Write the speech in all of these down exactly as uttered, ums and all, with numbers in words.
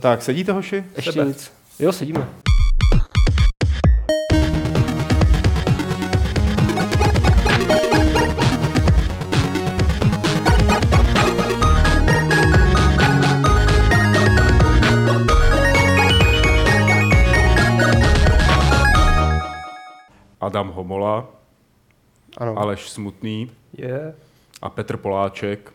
Tak, sedíte, hoši? Ještě Sebe. Nic. Jo, sedíme. Adam Homola, ano. Aleš Smutný yeah. a Petr Poláček.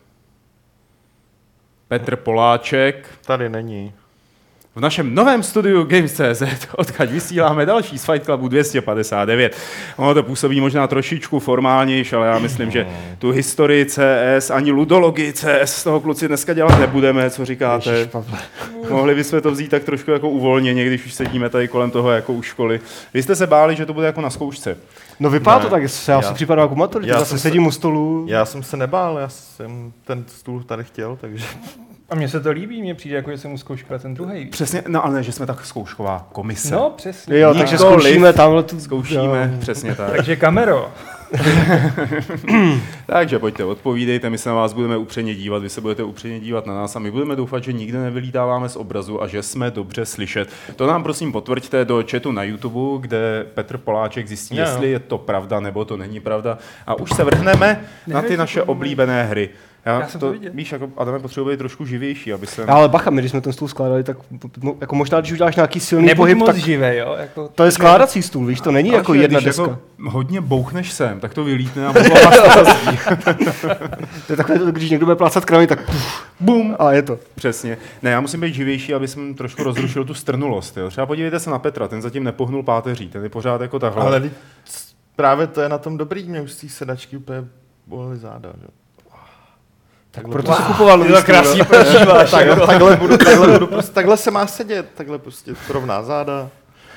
Petr Poláček tady není. V našem novém studiu Games tečka cé zet, odkud vysíláme další z Fight Clubu dvě stě padesát devět. Ono to působí možná trošičku formálnější, ale já myslím, že tu historii C S, ani ludologii C S z toho kluci dneska dělat nebudeme, co říkáte? Mohli bychom to vzít tak trošku jako uvolněně, když už sedíme tady kolem toho jako u školy. Vy jste se báli, že to bude jako na zkoušce? No vypadá to tak, já, já si připadám jako maturitě, já, já jsem sedím se, u stolu. Já jsem se nebál, já jsem ten stůl tady chtěl, takže... A mně se to líbí, mně přijde, jako že jsem mu zkoušel ten druhý. Přesně, no ale ne, že jsme tak zkoušková komise. No, přesně. Jo, takže zkoušíme tamhle tu... Zkoušíme, jo. Přesně tak. Takže kamero. Takže pojďte, odpovídejte, my se na vás budeme upřeně dívat, vy se budete upřeně dívat na nás a my budeme doufat, že nikde nevylítáváme z obrazu a že jsme dobře slyšet. To nám prosím potvrďte do chatu na YouTube, kde Petr Poláček zjistí, no. jestli je to pravda nebo to není pravda. A už se vrhneme na ty naše oblíbené hry. Já, Já jsem to, to viděl. Víš, jako Adame potřebuje být trošku živější, aby se... Ale bacha, my když jsme ten stůl skládali, tak jako možná, když uděláš nějaký silný Nebuď pohyb, moc tak živej, jo? Jako... To je skládací stůl, víš, to není ale jako že, jedna když deska. Jako hodně bouchneš sem, tak to vylítne a mohlo vás to zazdí. To je takové, když někdo bude plácat kravy, tak puf, bum, a je to. Přesně. Ne, já musím být živější, aby jsem trošku rozrušil tu strnulost. Jo. Třeba podívejte se na Petra, ten zatím nepohnul páteří, ten je pořád jako takhle. Ale právě to je na tom dobrý, mě už z té sedačky úplně bolely záda, že? Tak proto wow. si kupoval nový krásný prožíváš. takhle, takhle, budu, takhle, budu prostě, takhle se má sedět, takhle prostě rovná záda.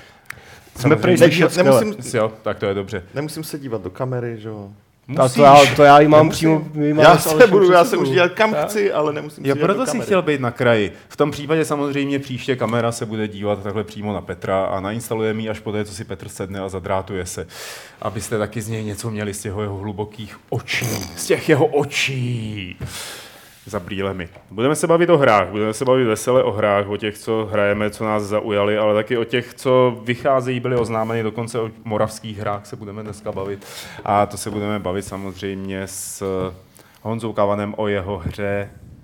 Jsme prej slyšet nemusím, jo, tak to je dobře. Nemusím se dívat do kamery, že jo. To já, to já jí mám přímo... Já se budu, já se můžu dělat kam chci, ale nemusím já se dívat do kamery. Já proto si chtěl být na kraji. V tom případě samozřejmě příště kamera se bude dívat takhle přímo na Petra a nainstalujeme ji až po té, co si Petr sedne a zadrátuje se. Abyste taky z něj něco měli z těch jeho hlubokých očí. Z těch jeho očí. Za brýlemi. Budeme se bavit o hrách, budeme se bavit veselé o hrách, o těch, co hrajeme, co nás zaujali, ale taky o těch, co vycházejí, byly oznámeny, dokonce o moravských hrách se budeme dneska bavit. A to se budeme bavit samozřejmě s Honzou Kavanem o jeho hře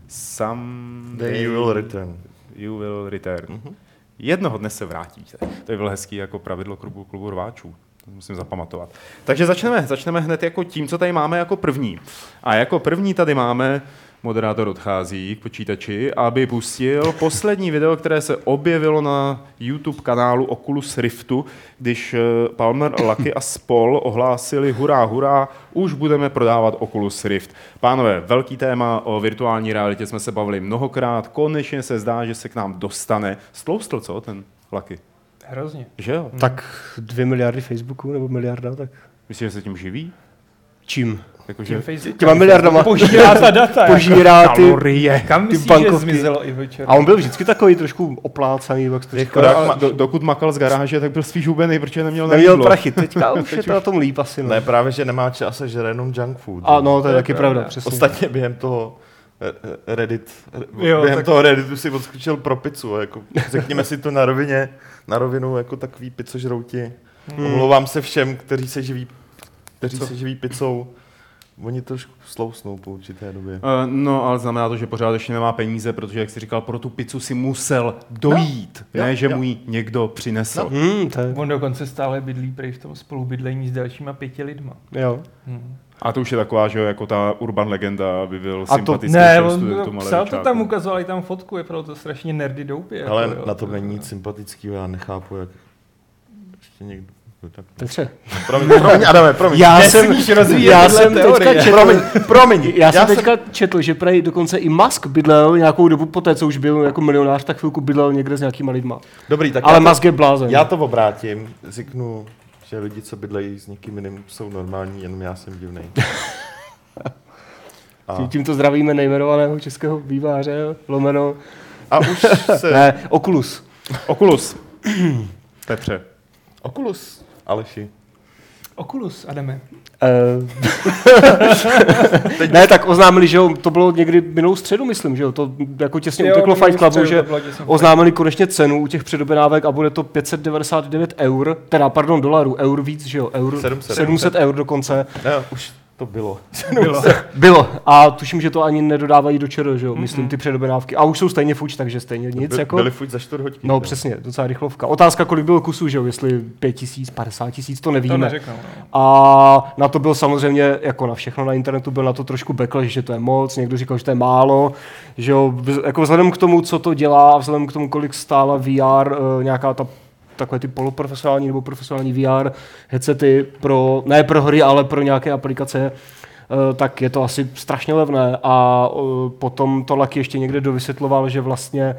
Someday You Will Return. You Will Return. Mm-hmm. Jednoho dne se vrátíte. To je bylo hezký jako pravidlo klubu, klubu rváčů. To musím zapamatovat. Takže začneme, začneme hned jako tím, co tady máme jako první. A jako první tady máme moderátor odchází k počítači, aby pustil poslední video, které se objevilo na YouTube kanálu Oculus Riftu, když Palmer, Lucky a spol ohlásili hurá, hurá, už budeme prodávat Oculus Rift. Pánové, velký téma o virtuální realitě jsme se bavili mnohokrát, konečně se zdá, že se k nám dostane. Stloustl, co, ten Lucky? Hrozně. Že jo? Hmm. Tak dvě miliardy Facebooku, nebo miliarda, tak... Myslíš, že se tím živí? Čím? Jakože těma miliardama požírá ta data. Požírá ty, kam ty myslíš, že zmizelo i večer? A on byl vždycky takový trošku oplácaný. Chudák, do, dokud makal z garáže, tak byl spíš hubený, protože neměl Neměl jídlo. Prachy, teďka už je to na tom líp asi. No. Ne, právě, že nemá čas a žere jenom junk food. A no, to je taky pravda, přesně. Ostatně během toho Reddit, jo, během tak... toho Redditu si odskočil pro pizzu. Jako, řekněme si to na rovině, na rovinu jako takový pizzožrouti. Hmm. Omlouvám se všem, kteří se živí, kteří se živí pizzou. Oni trošku slousnou po určité době. Uh, no, ale znamená to, že pořád ještě nemá peníze, protože, jak jsi říkal, pro tu pizzu si musel dojít, no, ne, jo, že jo. mu ji někdo přinesl. No. Hmm, je... On dokonce stále bydlí prej v tom spolubydlení s dalšíma pěti lidma. Jo. Hmm. A to už je taková, že jako ta urban legenda, aby byl a sympatický ne, všem studentům. Ne, on to tam ukazoval, i tam fotku, je proto strašně nerdy doupě. Ale jako, na to není nic sympatického, já nechápu, jak ještě někdo... Petře. Promiň, promiň, Adame, promiň. Já jsem, já jsem teďka četl, promiň, promiň. Já, já jsem teďka jsem... četl, že prej dokonce i Musk bydlel nějakou dobu poté, co už byl jako milionář, tak chvilku bydlel někde s nějakýma lidma. Dobrý, tak ale to, Musk je blázen. Já to obrátím, řeknu, že lidi, co bydlejí s někým jiným, jsou normální, jenom já jsem divnej. A... Tímto zdravíme nejmenovaného českého výváře, lomeno. A už se... Ne, Oculus. Oculus. Petře. Oculus. Aleši. Oculus, Adame. Uh, ne, tak oznámili, že jo, to bylo někdy minulou středu, myslím, že jo, to jako těsně jo, uteklo Fight Clubu, že oznámili konečně cenu u těch předobjednávek a bude to pět set devadesát devět eur, teda pardon, dolarů, eur víc, že jo, eur, sedm set eur dokonce. Ne, už to bylo. bylo. Bylo. A tuším, že to ani nedodávají do ČR, že jo, myslím, ty předobjednávky. A už jsou stejně fuč, takže stejně nic. By, jako... Byly fuč za čtvrt hoďky. No přesně, docela rychlovka. Otázka, kolik bylo kusů, že jo, jestli pět tisíc, padesát tisíc, to nevíme. To neřeknou, no. A na to byl samozřejmě, jako na všechno na internetu, byl na to trošku backlash, že to je moc, někdo říkal, že to je málo, že jo, jako vzhledem k tomu, co to dělá, a vzhledem k tomu, kolik stála V R, uh, nějaká ta takové ty poloprofesionální nebo profesionální V R headsety pro, ne pro hry, ale pro nějaké aplikace, tak je to asi strašně levné. A potom to Lucky ještě někde dovysvětloval, že vlastně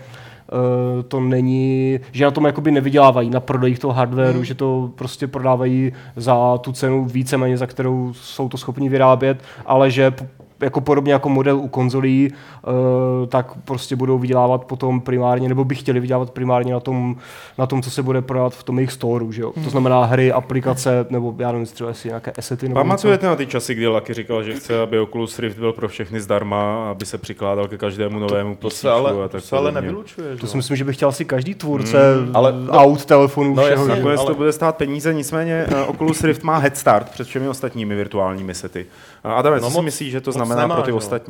to není, že na tom jakoby nevydělávají na prodejích toho hardwareu, hmm. že to prostě prodávají za tu cenu víceméně, za kterou jsou to schopni vyrábět, ale že jako podobně jako model u konzolí, uh, tak prostě budou vydělávat potom primárně, nebo by chtěli vydělávat primárně na tom, na tom, co se bude prodávat v tom jejich storeu, že jo? Hmm. To znamená hry, aplikace, nebo já nevím, třeba jestli nějaké assety. Pamatujete na ty časy, kdy Lucky říkal, že chce, aby Oculus Rift byl pro všechny zdarma, aby se přikládal ke každému novému to, to se ale, a tak to se ale nevylučuje. To si myslím, že by chtěl asi každý tvůrce hmm. ale, aut, telefonů, no, všeho. Nakonec ale... to bude stát peníze, nicméně uh, Oculus Rift má head start před všemi ostatními virtuálními sety. Uh, Adame, co no, si myslíš, že to znamená nemá, pro ty ostatní?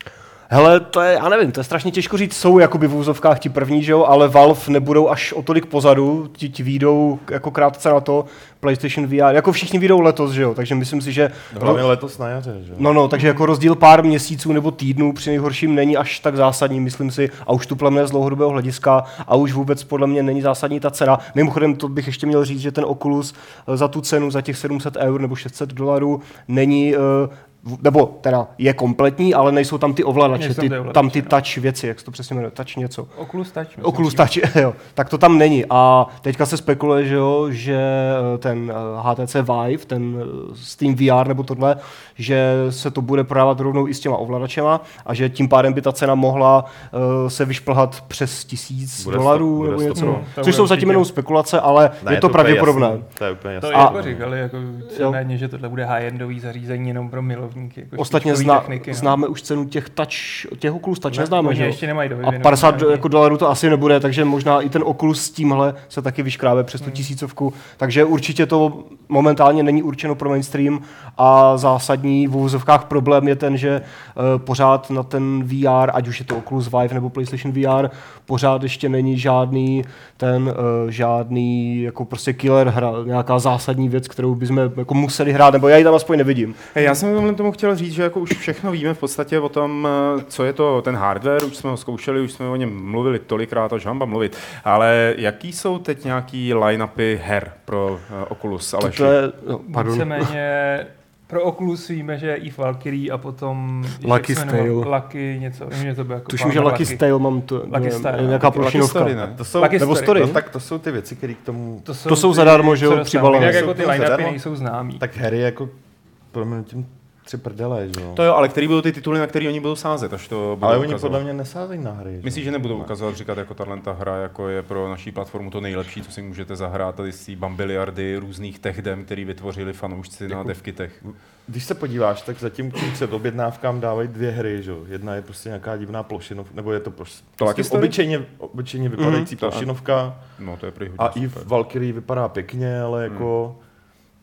Hele, to je, já nevím, to je strašně těžko říct, jsou jakoby v úzovkách ti první, že jo, ale Valve nebudou až o tolik pozadu, ti, ti výjdou jako krátce na to, PlayStation V R, jako všichni výjdou letos, že jo, takže myslím si, že... Hlavně letos na jaře, že jo. No, no, takže jako rozdíl pár měsíců nebo týdnů při nejhorším není až tak zásadní, myslím si, a už tu plemne z dlouhodobého hlediska a už vůbec podle mě není zásadní ta cena. Mimochodem, to bych ještě měl říct, že ten Oculus za tu cenu, za těch sedm set eur nebo šest set dolarů není... Uh, nebo teda je kompletní, ale nejsou tam ty ovladače, ty, tam ty touch věci, jak se to přesně jmenuje, touch něco. Oculus Touch. Oculus Touch, jo, tak to tam není. A teďka se spekuluje, že, jo, že ten H T C Vive, ten Steam V R nebo tohle, že se to bude prodávat rovnou i s těma ovladačema a že tím pádem by ta cena mohla uh, se vyšplhat přes tisíc bude dolarů sto, nebo něco. No, což jsou zatím jenom spekulace, ale ne, je to, to pravděpodobné. To je úplně jasné. To je jako říkali, jako cenně, že tohle bude high-endový zařízení jenom pro milovníky. Jako ostatně zna, techniky, známe už cenu těch touch, těch Oculus Touch ne, neznáme, že ještě nemají a padesát jako dolarů to asi nebude, takže možná i ten Oculus s tímhle se taky vyškrábe přes tu hmm. tisícovku, takže určitě to momentálně není určeno pro mainstream a zásadní v úvozovkách problém je ten, že uh, pořád na ten V R, ať už je to Oculus Vive nebo PlayStation V R, pořád ještě není žádný ten, uh, žádný jako prostě killer hra, nějaká zásadní věc, kterou bychom jako museli hrát, nebo já ji tam aspoň nevidím. Hey, já jsem tomu chtěl říct, že jako už všechno víme v podstatě o tom, co je to ten hardware, už jsme ho zkoušeli, už jsme o něm mluvili tolikrát, až hamba mluvit, ale jaký jsou teď nějaký line-upy her pro uh, Oculus, Aleši? To je, no, pardon. Víceméně pro Oculus víme, že je i Valkyrie a potom Lucky Stale. Lucky něco, nevím, že to bylo jako tuším, že Lucky Stale mám tu, nějaká plošinovka. To jsou, nebo Story. No, tak to jsou ty věci, které k tomu... To jsou, to jsou zadarmo, že jo, přibalené. Jak jako ty line-upy nejsou známý. Tak hry jako proměnutím tři prdele, že jo. To jo, ale který budou ty tituly, na který oni budou sázet, až to budou ale oni ukazovat. Podle mě nesázejí na hry. Myslíš, že nebudou ukazovat, říkat jako tato hra, jako je pro naší platformu to nejlepší, co si můžete zahrát, tady si bambiliardy různých techdem, který vytvořili fanoušci jako, na devkitech. Když se podíváš, tak zatím před objednávkám dávají dvě hry, že jo. Jedna je prostě nějaká divná plošinovka, nebo je to prostě to obyčejně, obyčejně vypadající mm, plošinovka. No, to je prý a i v Valkyrie vypadá pěkně, ale jako... Mm.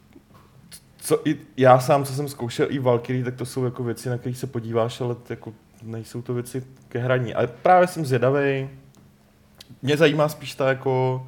Co i já sám, co jsem zkoušel i Valkyrie, tak to jsou jako věci, na které se podíváš, ale jako nejsou to věci ke hraní. Ale právě jsem zvědavej. Mě zajímá spíš ta jako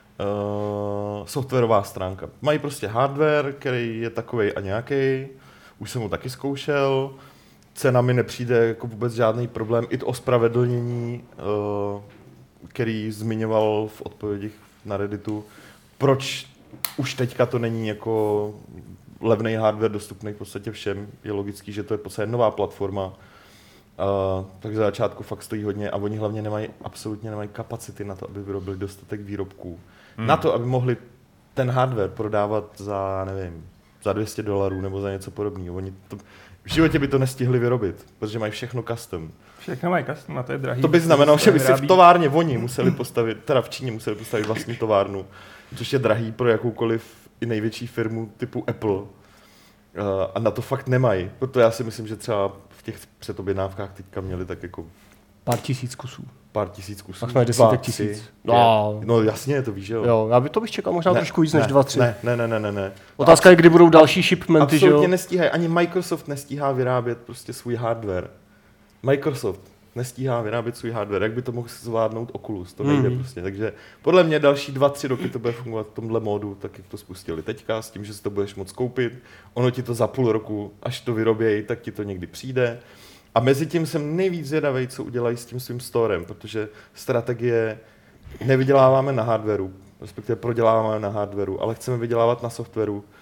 uh, softwarová stránka. Mají prostě hardware, který je takovej a nějaký. Už jsem ho taky zkoušel. Cena mi nepřijde jako vůbec žádný problém. I to ospravedlnění, uh, který zmiňoval v odpovědích na Redditu. Proč už teďka to není jako levný hardware dostupný v podstatě všem. Je logický, že to je v podstatě nová platforma. Uh, tak za začátku fakt stojí hodně a oni hlavně nemají, absolutně nemají kapacity na to, aby vyrobili dostatek výrobků. Hmm. Na to, aby mohli ten hardware prodávat za, nevím, za dvě stě dolarů nebo za něco podobného. Oni to, v životě by to nestihli vyrobit, protože mají všechno custom. Všechno mají custom a to je drahý. To by znamenalo, že by si v továrně oni museli postavit, teda v Číně museli postavit vlastní továrnu, což je drahý pro jakoukoliv i největší firmu typu Apple. Uh, a na to fakt nemají. Proto já si myslím, že třeba v těch předobjednávkách teďka měli tak jako pár tisíc kusů. Pár tisíc kusů. Pak jsme desítek tisíc. No, no jasně, to víš, jo. Jo, já by to bych čekal možná ne, trošku víc ne, než dva, tři. Ne, ne, ne, ne, ne. ne. Otázka je, kdy budou další shipmenty, že jo? Absolutně nestíhají. Ani Microsoft nestíhá vyrábět prostě svůj hardware. Microsoft nestíhá vyrábět svůj hardware. Jak by to mohl zvládnout Oculus? To nejde mm. prostě. Takže podle mě další dva, tři roky to bude fungovat v tomhle módu, tak jak to spustili teďka, s tím, že si to budeš moc koupit. Ono ti to za půl roku, až to vyrobějí, tak ti to někdy přijde. A mezi tím jsem nejvíc zvědavej, co udělají s tím svým storem, protože strategie nevyděláváme na hardwareu, respektive proděláváme na hardwareu, ale chceme vydělávat na softwaru. Uh,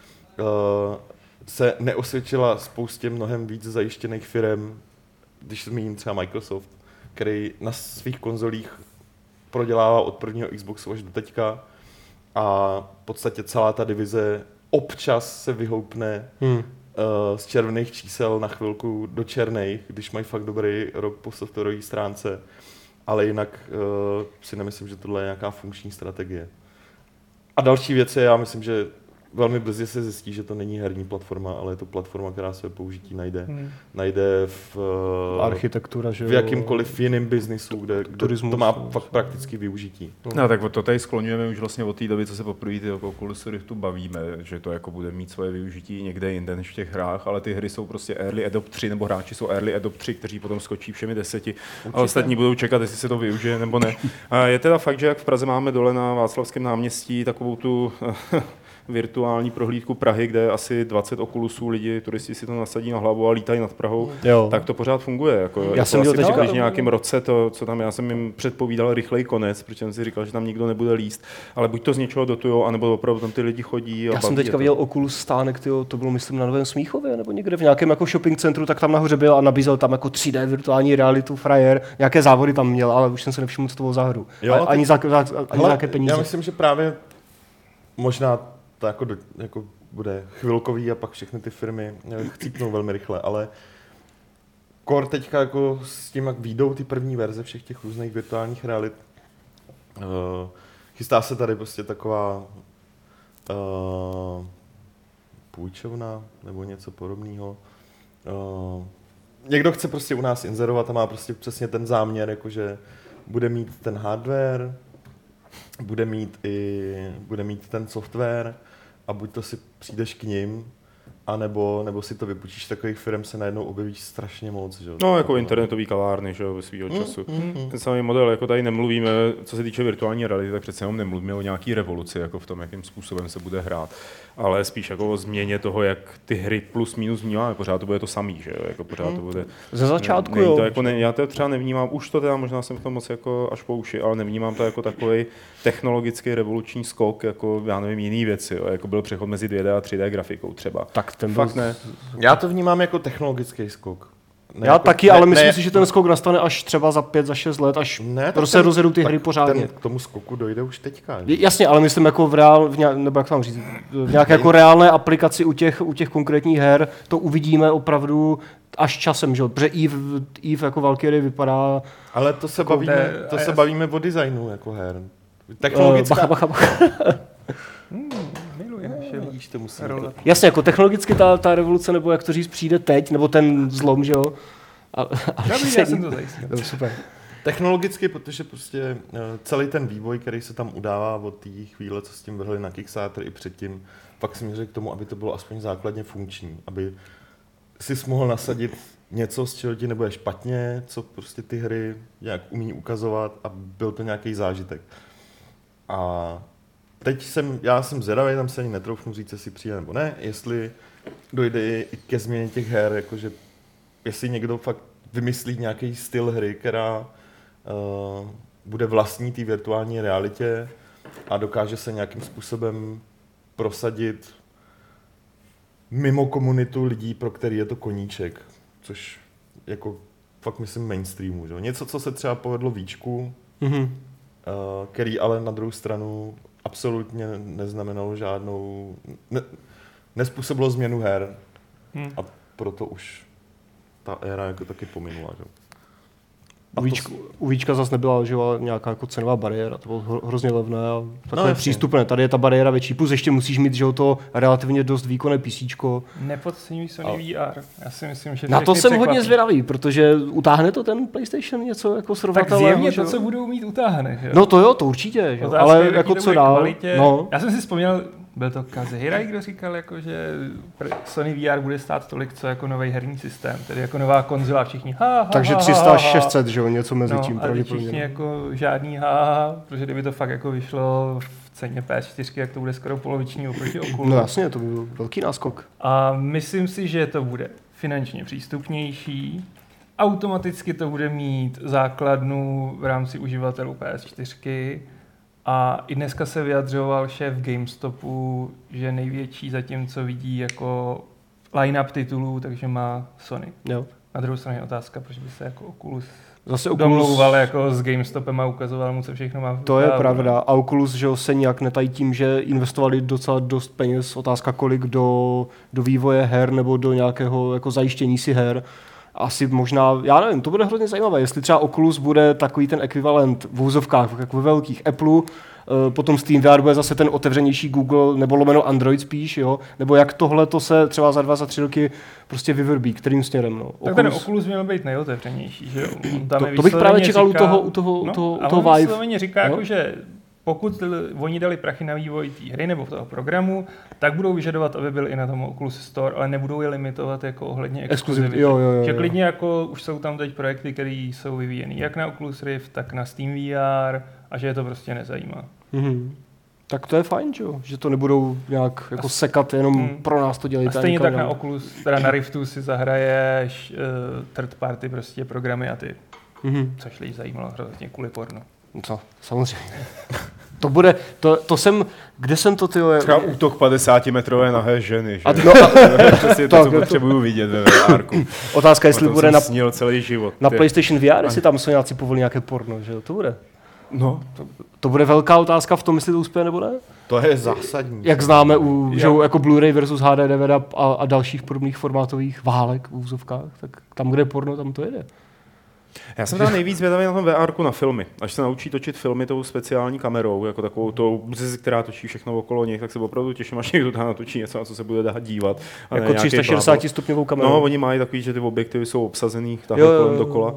se neosvědčila spoustě mnohem víc zajištěných firem, když zmíním třeba Microsoft, který na svých konzolích prodělává od prvního Xboxu až do teďka a v podstatě celá ta divize občas se vyhoupne hmm. z červených čísel na chvilku do černých, když mají fakt dobrý rok po softwarové stránce, ale jinak uh, si nemyslím, že tohle je nějaká funkční strategie. A další věc je, já myslím, že velmi brzy se zjistí, že to není herní platforma, ale je to platforma, která své použití najde. Hmm. Najde v, uh, architektura, že v jakýmkoliv jiném biznisu, kde, kde to má fakt prakticky využití. No tak to tady skloňujeme už vlastně od té doby, co se poprvé ty Oculus Riftu bavíme, že to jako bude mít svoje využití někde jinde než v těch hrách, ale ty hry jsou prostě early adoptři, nebo hráči jsou early adoptři, kteří potom skočí všemi deseti Určitě. A ostatní budou čekat, jestli se to využije nebo ne. A je teda fakt, že jak v Praze máme dole na Václavském náměstí takovou tu virtuální prohlídku Prahy, kde asi dvacet Oculusů lidi, turisti si to nasadí na hlavu a lítají nad Prahou, jo. tak to pořád funguje. Jako, já jako jsem dělal asi v nějakém roce, to, co tam, já jsem jim předpovídal rychlej konec, protože jsem si říkal, že tam nikdo nebude líst, ale buď to z něčeho dotujou, anebo opravdu tam ty lidi chodí. A já jsem teďka viděl Oculus stánek, tyjo, to bylo myslím na Novém Smíchově, nebo někde v nějakém jako shopping centru, tak tam nahoře byl a nabízel tam jako tři dé virtuální realitu frajer, nějaké závody tam měl, ale už jsem se nevšiml, co to bylo za hru. Jo, a, ani za, za, ani hele, za nějaké peníze. Já myslím, že právě možná to jako, do, jako bude chvilkový a pak všechny ty firmy chcípnou velmi rychle, ale core teďka jako s tím, jak výjdou ty první verze všech těch různých virtuálních realit, uh, chystá se tady prostě taková uh, půjčovna nebo něco podobného. Uh, někdo chce prostě u nás inzerovat a má prostě přesně ten záměr, jakože bude mít ten hardware, bude mít i bude mít ten software a buď to si přijdeš k nim, anebo, nebo si to vypůjčíš, takových firm se najednou objeví strašně moc. Že? No jako internetový kavárny, že jo, ve svýho času. Mm, mm, mm. Ten samý model, jako tady nemluvíme, co se týče virtuální reality, tak přece jenom nemluvíme o nějaký revoluci, jako v tom, jakým způsobem se bude hrát, ale spíš jako o změně toho, jak ty hry plus minus vnímáme, pořád to bude to samý, že jo, jako pořád to bude. Ze začátku ne, jo. To jako ne, já to třeba nevnímám, už to teda možná jsem v tom moc jako až po uši, ale nevnímám to jako takový technologický revoluční skok, jako já nevím, jiný věci, jo, jako byl přechod mezi dvě dé a tři dé grafikou třeba. Tak ten fakt ne. Já to vnímám jako technologický skok. Ne, já jako, taky, ne, ale myslím ne, si, že ten skok nastane až třeba za pět, za šest let, až ne, se rozjedou ty hry pořádně. Ten, k tomu skoku dojde už teďka. Jasně, ale myslím jako v reál, v nějak, nebo jak vám říct, v nějaké jako reálné aplikaci u těch, u těch konkrétních her to uvidíme opravdu až časem, že? Protože Eve, Eve jako Valkyrie vypadá... Ale to se, jako bavíme, to se bavíme o designu jako her. Technologická... Uh, bacha, bacha, bacha. hmm, miluješ, vidíš, to musí Jasně, jako technologicky ta, ta revoluce, nebo jak to říct, přijde teď, nebo ten zlom, že jo? A, a já, bych, já jsem to zajistil. No, super. Technologicky, protože prostě celý ten vývoj, který se tam udává od té chvíle, co s tím vrhli na Kickstarter i předtím, pak směřuje k tomu, aby to bylo aspoň základně funkční, aby si mohl nasadit něco, z čeho ti nebude špatně, co prostě ty hry nějak umí ukazovat a byl to nějaký zážitek. A teď jsem, já jsem zvědavý, tam se ani netroufnu říct, jestli přijde nebo ne, jestli dojde i ke změně těch her, jakože jestli někdo fakt vymyslí nějaký styl hry, která uh, bude vlastní té virtuální realitě a dokáže se nějakým způsobem prosadit mimo komunitu lidí, pro který je to koníček, což jako fakt myslím mainstreamu. Že? Něco, co se třeba povedlo Víčku, mm-hmm. uh, který ale na druhou stranu absolutně neznamenalo žádnou, ne, nespůsobilo změnu her hmm. a proto už ta éra jako taky pominula. Že? U Víčka zase nebyla že, nějaká jako cenová bariéra, to bylo hrozně levné a takové no, přístupné. Tady je ta bariéra větší, plus ještě musíš mít že, to relativně dost výkonné PCčko. Nepodceňuj Sony a... V R, já si myslím, že na to jsem překvapí. Hodně zvědavý, protože utáhne to ten PlayStation něco jako srovnatelného. Tak zjevně to, co budou mít, utáhne. Že? No to jo, to určitě, že? Ale jako co dál. Kvalitě. No. Já jsem si vzpomněl, byl to Kazuhira, kdo říkal, jako, že Sony V R bude stát tolik, co jako nový herní systém, tedy jako nová konzola, všichni ha, ha, takže tři sta šest set, že jo, něco mezi no, tím. A všichni jako žádný ha, ha, protože kdyby to fakt jako vyšlo v ceně P S čtyři, jak to bude skoro poloviční oproti Oculu. No jasně, to by byl velký náskok. A myslím si, že to bude finančně přístupnější, automaticky to bude mít základnu v rámci uživatelů P S čtyři. A i dneska se vyjadřoval šéf GameStopu, že největší zatím, co vidí jako line-up titulů, takže má Sony. Jo. Na druhou stranu je otázka, proč by se jako Oculus Zase Oculus domlouval jako s GameStopem a ukazoval mu, co všechno má. To je pravda. A Oculus že se nějak netají tím, že investovali docela dost peněz. Otázka kolik do, do vývoje her nebo do nějakého jako zajištění si her. Asi možná, já nevím, to bude hrozně zajímavé, jestli třeba Oculus bude takový ten ekvivalent v úzovkách, jako ve velkých Apple, potom Steam V R bude zase ten otevřenější Google, nebo lomeno Android spíš, jo? Nebo jak tohle to se třeba za dva, za tři roky prostě vyvrbí, kterým směrem. No. Tak Oculus... ten Oculus měl být nejotevřenější, že jo? Tam to, to bych právě čekal říká... u toho, u toho, no, u toho, u toho Vive. Vive. říká, jako, že pokud oni dali prachy na vývoj té hry nebo toho programu, tak budou vyžadovat, aby byl i na tom Oculus Store, ale nebudou je limitovat jako ohledně exkluzivity. Jo, jo, jo. Že klidně jako už jsou tam teď projekty, které jsou vyvíjeny jak na Oculus Rift, tak na Steam V R a že je to prostě nezajímá. Mm-hmm. Tak to je fajn, že, že to nebudou nějak jako sekat, jenom hmm. pro nás to dělají. A stejně tak na Oculus, teda na Riftu si zahraješ uh, third party prostě programy a ty, mm-hmm. což lidi zajímalo hrozně kvůli porno. Co? Samozřejmě. To bude, to, to jsem, kde jsem to, tyjo... Třeba útok padesátimetrové nahé ženy, že? A no, a, přesně to, co potřebuju vidět ve V R-ku. Otázka, jestli bude na, snil celý život. Na PlayStation V R, jestli tam jsou nějací povolí nějaké porno, že to bude? No. To, to bude velká otázka v tom, jestli to uspěje nebo ne? To je zásadní. Jak známe u že, jako Blu-ray versus H D D V D a, a dalších podobných formátových válek v úzovkách, tak tam, kde je porno, tam to jede. Já jsem tam nejvíc zvědavý na tom V R ku na filmy. Až se naučí točit filmy tou speciální kamerou, jako takovou tou, která točí všechno okolo nich, tak se opravdu těším, až někdo tam natočí něco, na co se bude dát dívat. Jako tři sta šedesát stupňovou kameru. No, oni mají takový, že ty objektivy jsou obsazený takhle kolem dokola.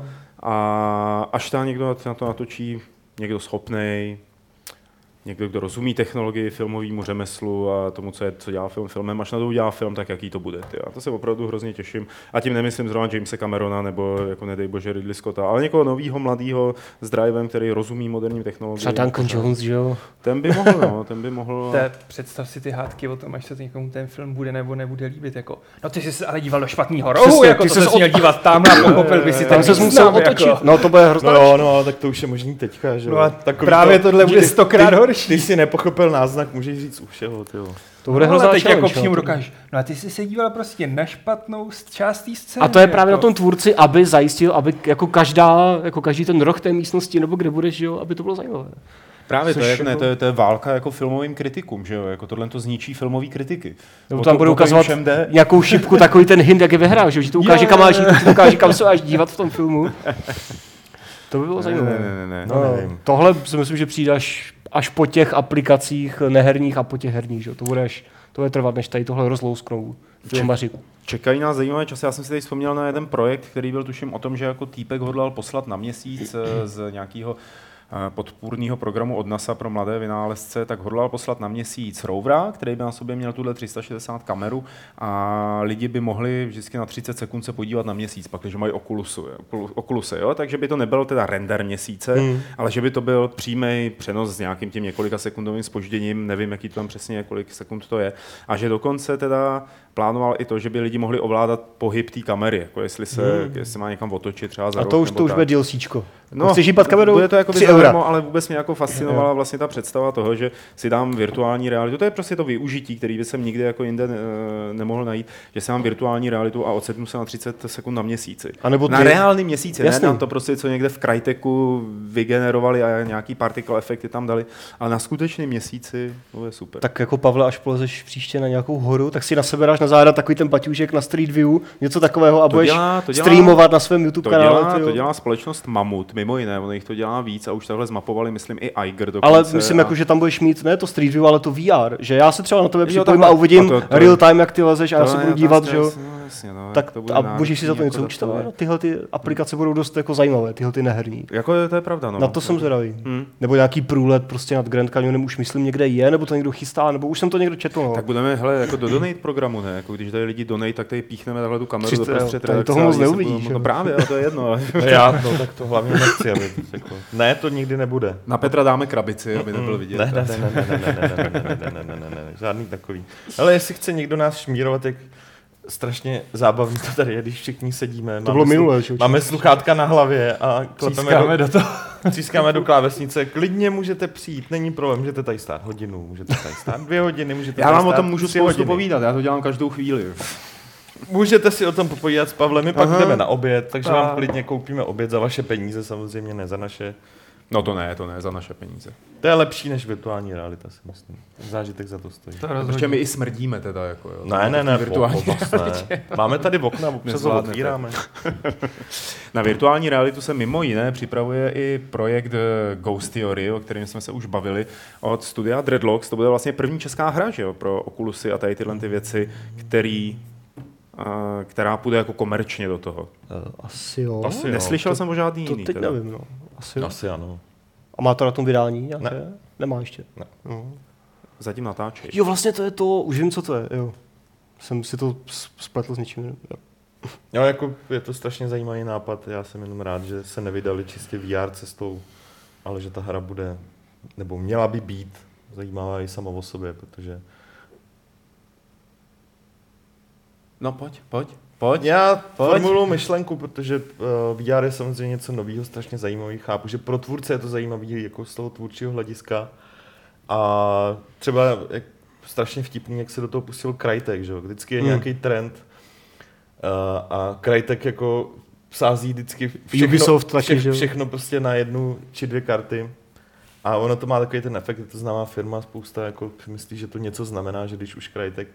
A až tam někdo na to natočí, někdo schopnej, někdo, kdo rozumí technologii, filmovému řemeslu a tomu, co, je, co dělá film filmem, až na to udělá film, tak jaký to bude. Ty. A to se opravdu hrozně těším. A tím nemyslím zrovna Jamese Camerona nebo jako nedej bože Ridley Scotta, ale někoho novýho, mladýho s drivem, který rozumí moderním technologiím. Třeba Duncan Jones, že jo? Ten by mohl, no, ten by mohl. Te, představ si ty hádky o tom, až se někomu ten film bude nebo nebude líbit. Jako, no ty jsi se ale díval do špatného rohu, jako ty to jsi měl dívat tam a pochopil by si tam se musel otočit. No to bude hrozně. No jo, no, tak to už je možný teďka, že jo. No právě tohle bude stokrát horší. Ty jsi nepochopil náznak, můžeš říct u všeho, tyjo. To bude hrozná teď jako všemu dokážeš. No a ty jsi se díval prostě na špatnou část té scény. A to je právě jako na tom tvůrci, aby zajistil, aby jako každá, jako každý ten roh té místnosti, nebo kde budeš, jo, aby to bylo zajímavé. Právě to je, jako... ne, to, je, to je válka jako filmovým kritikům, že jo, jako tohle to zničí filmový kritiky. Nebo tam budou ukazovat nějakou šipku, takový ten hint, jak je ve hrách, že ti to ukáže, kam máš jít, to ukáže, kam se máš dívat v tom filmu. To by bylo zajímavé. Ne, ne, ne, ne, no, nevím. Tohle si myslím, že přijde až, až po těch aplikacích neherních a po těch herních, že? To bude až, to bude trvat, než tady tohle rozlousknou. Ček, čekají nás zajímavé časy. Já jsem si tady vzpomněl na jeden projekt, který byl tuším o tom, že jako týpek hodlal poslat na měsíc z nějakého podpůrného programu od NASA pro mladé vynálezce, tak hodlal poslat na měsíc rovera, který by na sobě měl tuhle tři sta šedesát kameru a lidi by mohli vždycky na třicet sekund se podívat na měsíc, pak, když mají Oculusu, Oculusy, jo? Takže by to nebyl teda render měsíce, hmm. ale že by to byl přímý přenos s nějakým tím několika sekundovým zpožděním, nevím, jaký to tam přesně, kolik sekund to je, a že dokonce teda plánoval i to, že by lidi mohli ovládat pohyb té kamery, jako jestli se, hmm. jestli má někam otočit třeba za a to už, to už bude DLCčko. No, chceš hýbat kamerou? Bude to jako tři eura. ale vůbec mě jako fascinovala vlastně ta představa toho, že si dám virtuální realitu. To je prostě to využití, který by jsem nikdy jako jinde ne, nemohl najít, že si mám virtuální realitu a odsetnu se na třicet sekund na měsíci. A nebo na reálný měsíci, ne nám to prostě, co někde v Cryteku vygenerovali a nějaký particle efekty tam dali, ale na skutečný měsíci, to je super. Tak jako Pavle, až polezeš příště na nějakou horu, tak si na sebe dáš na záda takový ten paťůžek na Street View, něco takového a to budeš dělá, to dělá, streamovat na svém YouTube to kanále. Dělá, to dělá společnost Mamut, mimo jiné, ono jich to dělá víc a už takhle zmapovali, myslím, i Iger dokonce. Ale myslím, a... jako, že tam budeš mít ne to Street View, ale to V R, že já se třeba na tebe připojím jo, a uvidím a to, to, real time, jak ty lezeš a já se budu dívat, že jo. Jasně, no, tak a můžeš si za to něco účtovat. No, tyhle ty aplikace budou dost jako zajímavé, tyhle ty neherní. Jako to je pravda, no. Na to jsem zvědavý. Hmm. Nebo nějaký průlet prostě nad Grand Canyonem už myslím někde je, nebo to někdo chystá, nebo už jsem to někdo četl. No. Tak budeme hele jako do donate programu, ne? Jako když tady lidi donate, tak tady píchneme takhle tu kameru do prostřed redakce. Toho moc neuvidíš. No právě, ale to je jedno. Já no, tak to hlavně nechci, aby jako. Ne, to nikdy nebude. Na Petra dáme krabici, aby nebyl vidět. Ne, ne, ne, ne, ne, ne, ne, ne, ne, ne, ne, ne, žádný takový. Ale jestli chce někdo nás šmírovat, jak strašně zábavný to tady je, když všichni sedíme. To bylo minulé. Máme sluchátka na hlavě a klepeme do, do toho. Třískáme do klávesnice. Klidně můžete přijít, není problém, můžete tady stát hodinu, můžete tady stát dvě hodiny, můžete já tady vám stát o tom můžu spoustu povídat, já to dělám každou chvíli. Můžete si o tom popovídat s Pavlem, my pak Aha. jdeme na oběd, takže a... vám klidně koupíme oběd za vaše peníze, samozřejmě ne za naše. No to ne, to ne, za naše peníze. To je lepší než virtuální realita, si myslím. Zážitek za to stojí. To Protože my i smrdíme teda, jako jo. Ne, ne, ne, virtuální po, po, ne. Máme tady okna, občas ho otvíráme. Na virtuální realitu se mimo jiné připravuje i projekt Ghost Theory, o kterém jsme se už bavili, od studia Dreadlocks. To bude vlastně první česká hra, že jo, pro Oculusy a tady tyhle ty věci, který která půjde jako komerčně do toho. Asi jo. Asi Neslyšel jo. jsem o žádný to jiný. To teď teda. Nevím, no. Asi, Asi ano. A má to na tom vydání nějaké? Ne. Nemá ještě? Ne. No. Zatím natáčej. Jo, vlastně to je to, už vím, co to je, jo. Jsem si to spletl s něčím. Jo. Jo, jako je to strašně zajímavý nápad, já jsem jenom rád, že se nevydali čistě V R cestou, ale že ta hra bude, nebo měla by být zajímavá i sama o sobě, protože... No pojď, pojď. Pojď. Já formuluji myšlenku, protože uh, V R je samozřejmě něco nového, strašně zajímavý. Chápu, že pro tvůrce je to zajímavý jako z toho tvůrčího hlediska. A třeba jak, strašně vtipný, jak se do toho pustil Crytek, že jo? Vždycky je hmm. nějaký trend uh, a Crytek jako sází vždycky všechno, Ubisoft taky, vše, všechno prostě na jednu či dvě karty. A ono to má takový ten efekt, je to známá firma, spousta jako myslí, že to něco znamená, že když už Crytek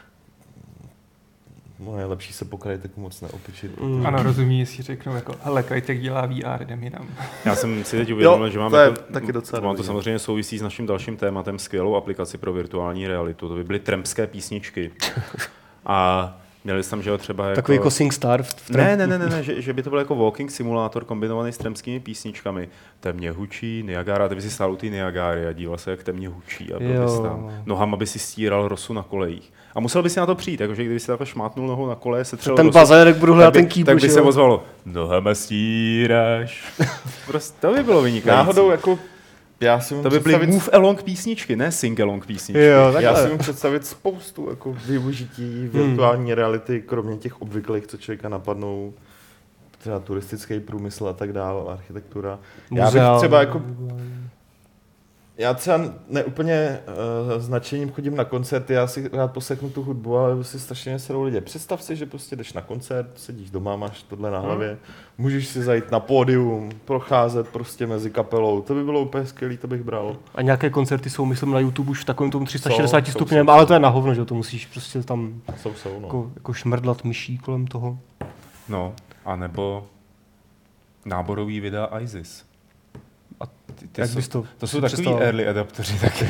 no je lepší se po Cryteku moc neopičit. Mm. Ano, rozumí, si řeknou jako, hele, Crytek dělá V R, jdem jinam. Já jsem si teď uvědomil, že mám to, jako, taky docela mám to samozřejmě souvisí s naším dalším tématem, skvělou aplikaci pro virtuální realitu. To by byly trampské písničky. A měli jsem, že ho třeba jako... Takový jako SingStar. V ne, ne, ne, ne, ne že, že by to byl jako walking simulátor kombinovaný s trampskými písničkami. Temně hučí, Niagara, ty by si stál u té Niagary a díval se, jak temně hučí a byl bys tam. Nohama by si stíral rosu na kolejích. A musel by si na to přijít, takže kdyby si takhle šmátnul nohou na koleje, se třel ten rosu, bazének budu hledat ten kýbuš, tak by se ozvalo, nohama stíráš. Prostě to by bylo vynikající. Náhodou jako já si to by byly představit... move along písničky, ne sing along písničky. Jo, já si můžu představit spoustu jako využití virtuální hmm. reality, kromě těch obvyklých, co člověka napadnou, třeba turistický průmysl a tak dále, architektura. Já bych třeba jako... Já třeba neúplně uh, značením chodím na koncerty, já si rád poslechnu tu hudbu, ale si strašně serou lidé. Představ si, že prostě jdeš na koncert, sedíš doma, máš tohle na hlavě, můžeš si zajít na pódium, procházet prostě mezi kapelou, to by bylo úplně skvělý, to bych bral. A nějaké koncerty jsou, myslím, na YouTube už v takovém tom tři sta šedesát stupňovém, ale to je na hovno, že to musíš prostě tam jsou, jsou, no. jako, jako šmrdlat myší kolem toho. No, anebo náborový videa ISIS. A ty, ty jsou, to, to jsou takový představ... early adaptoři taky.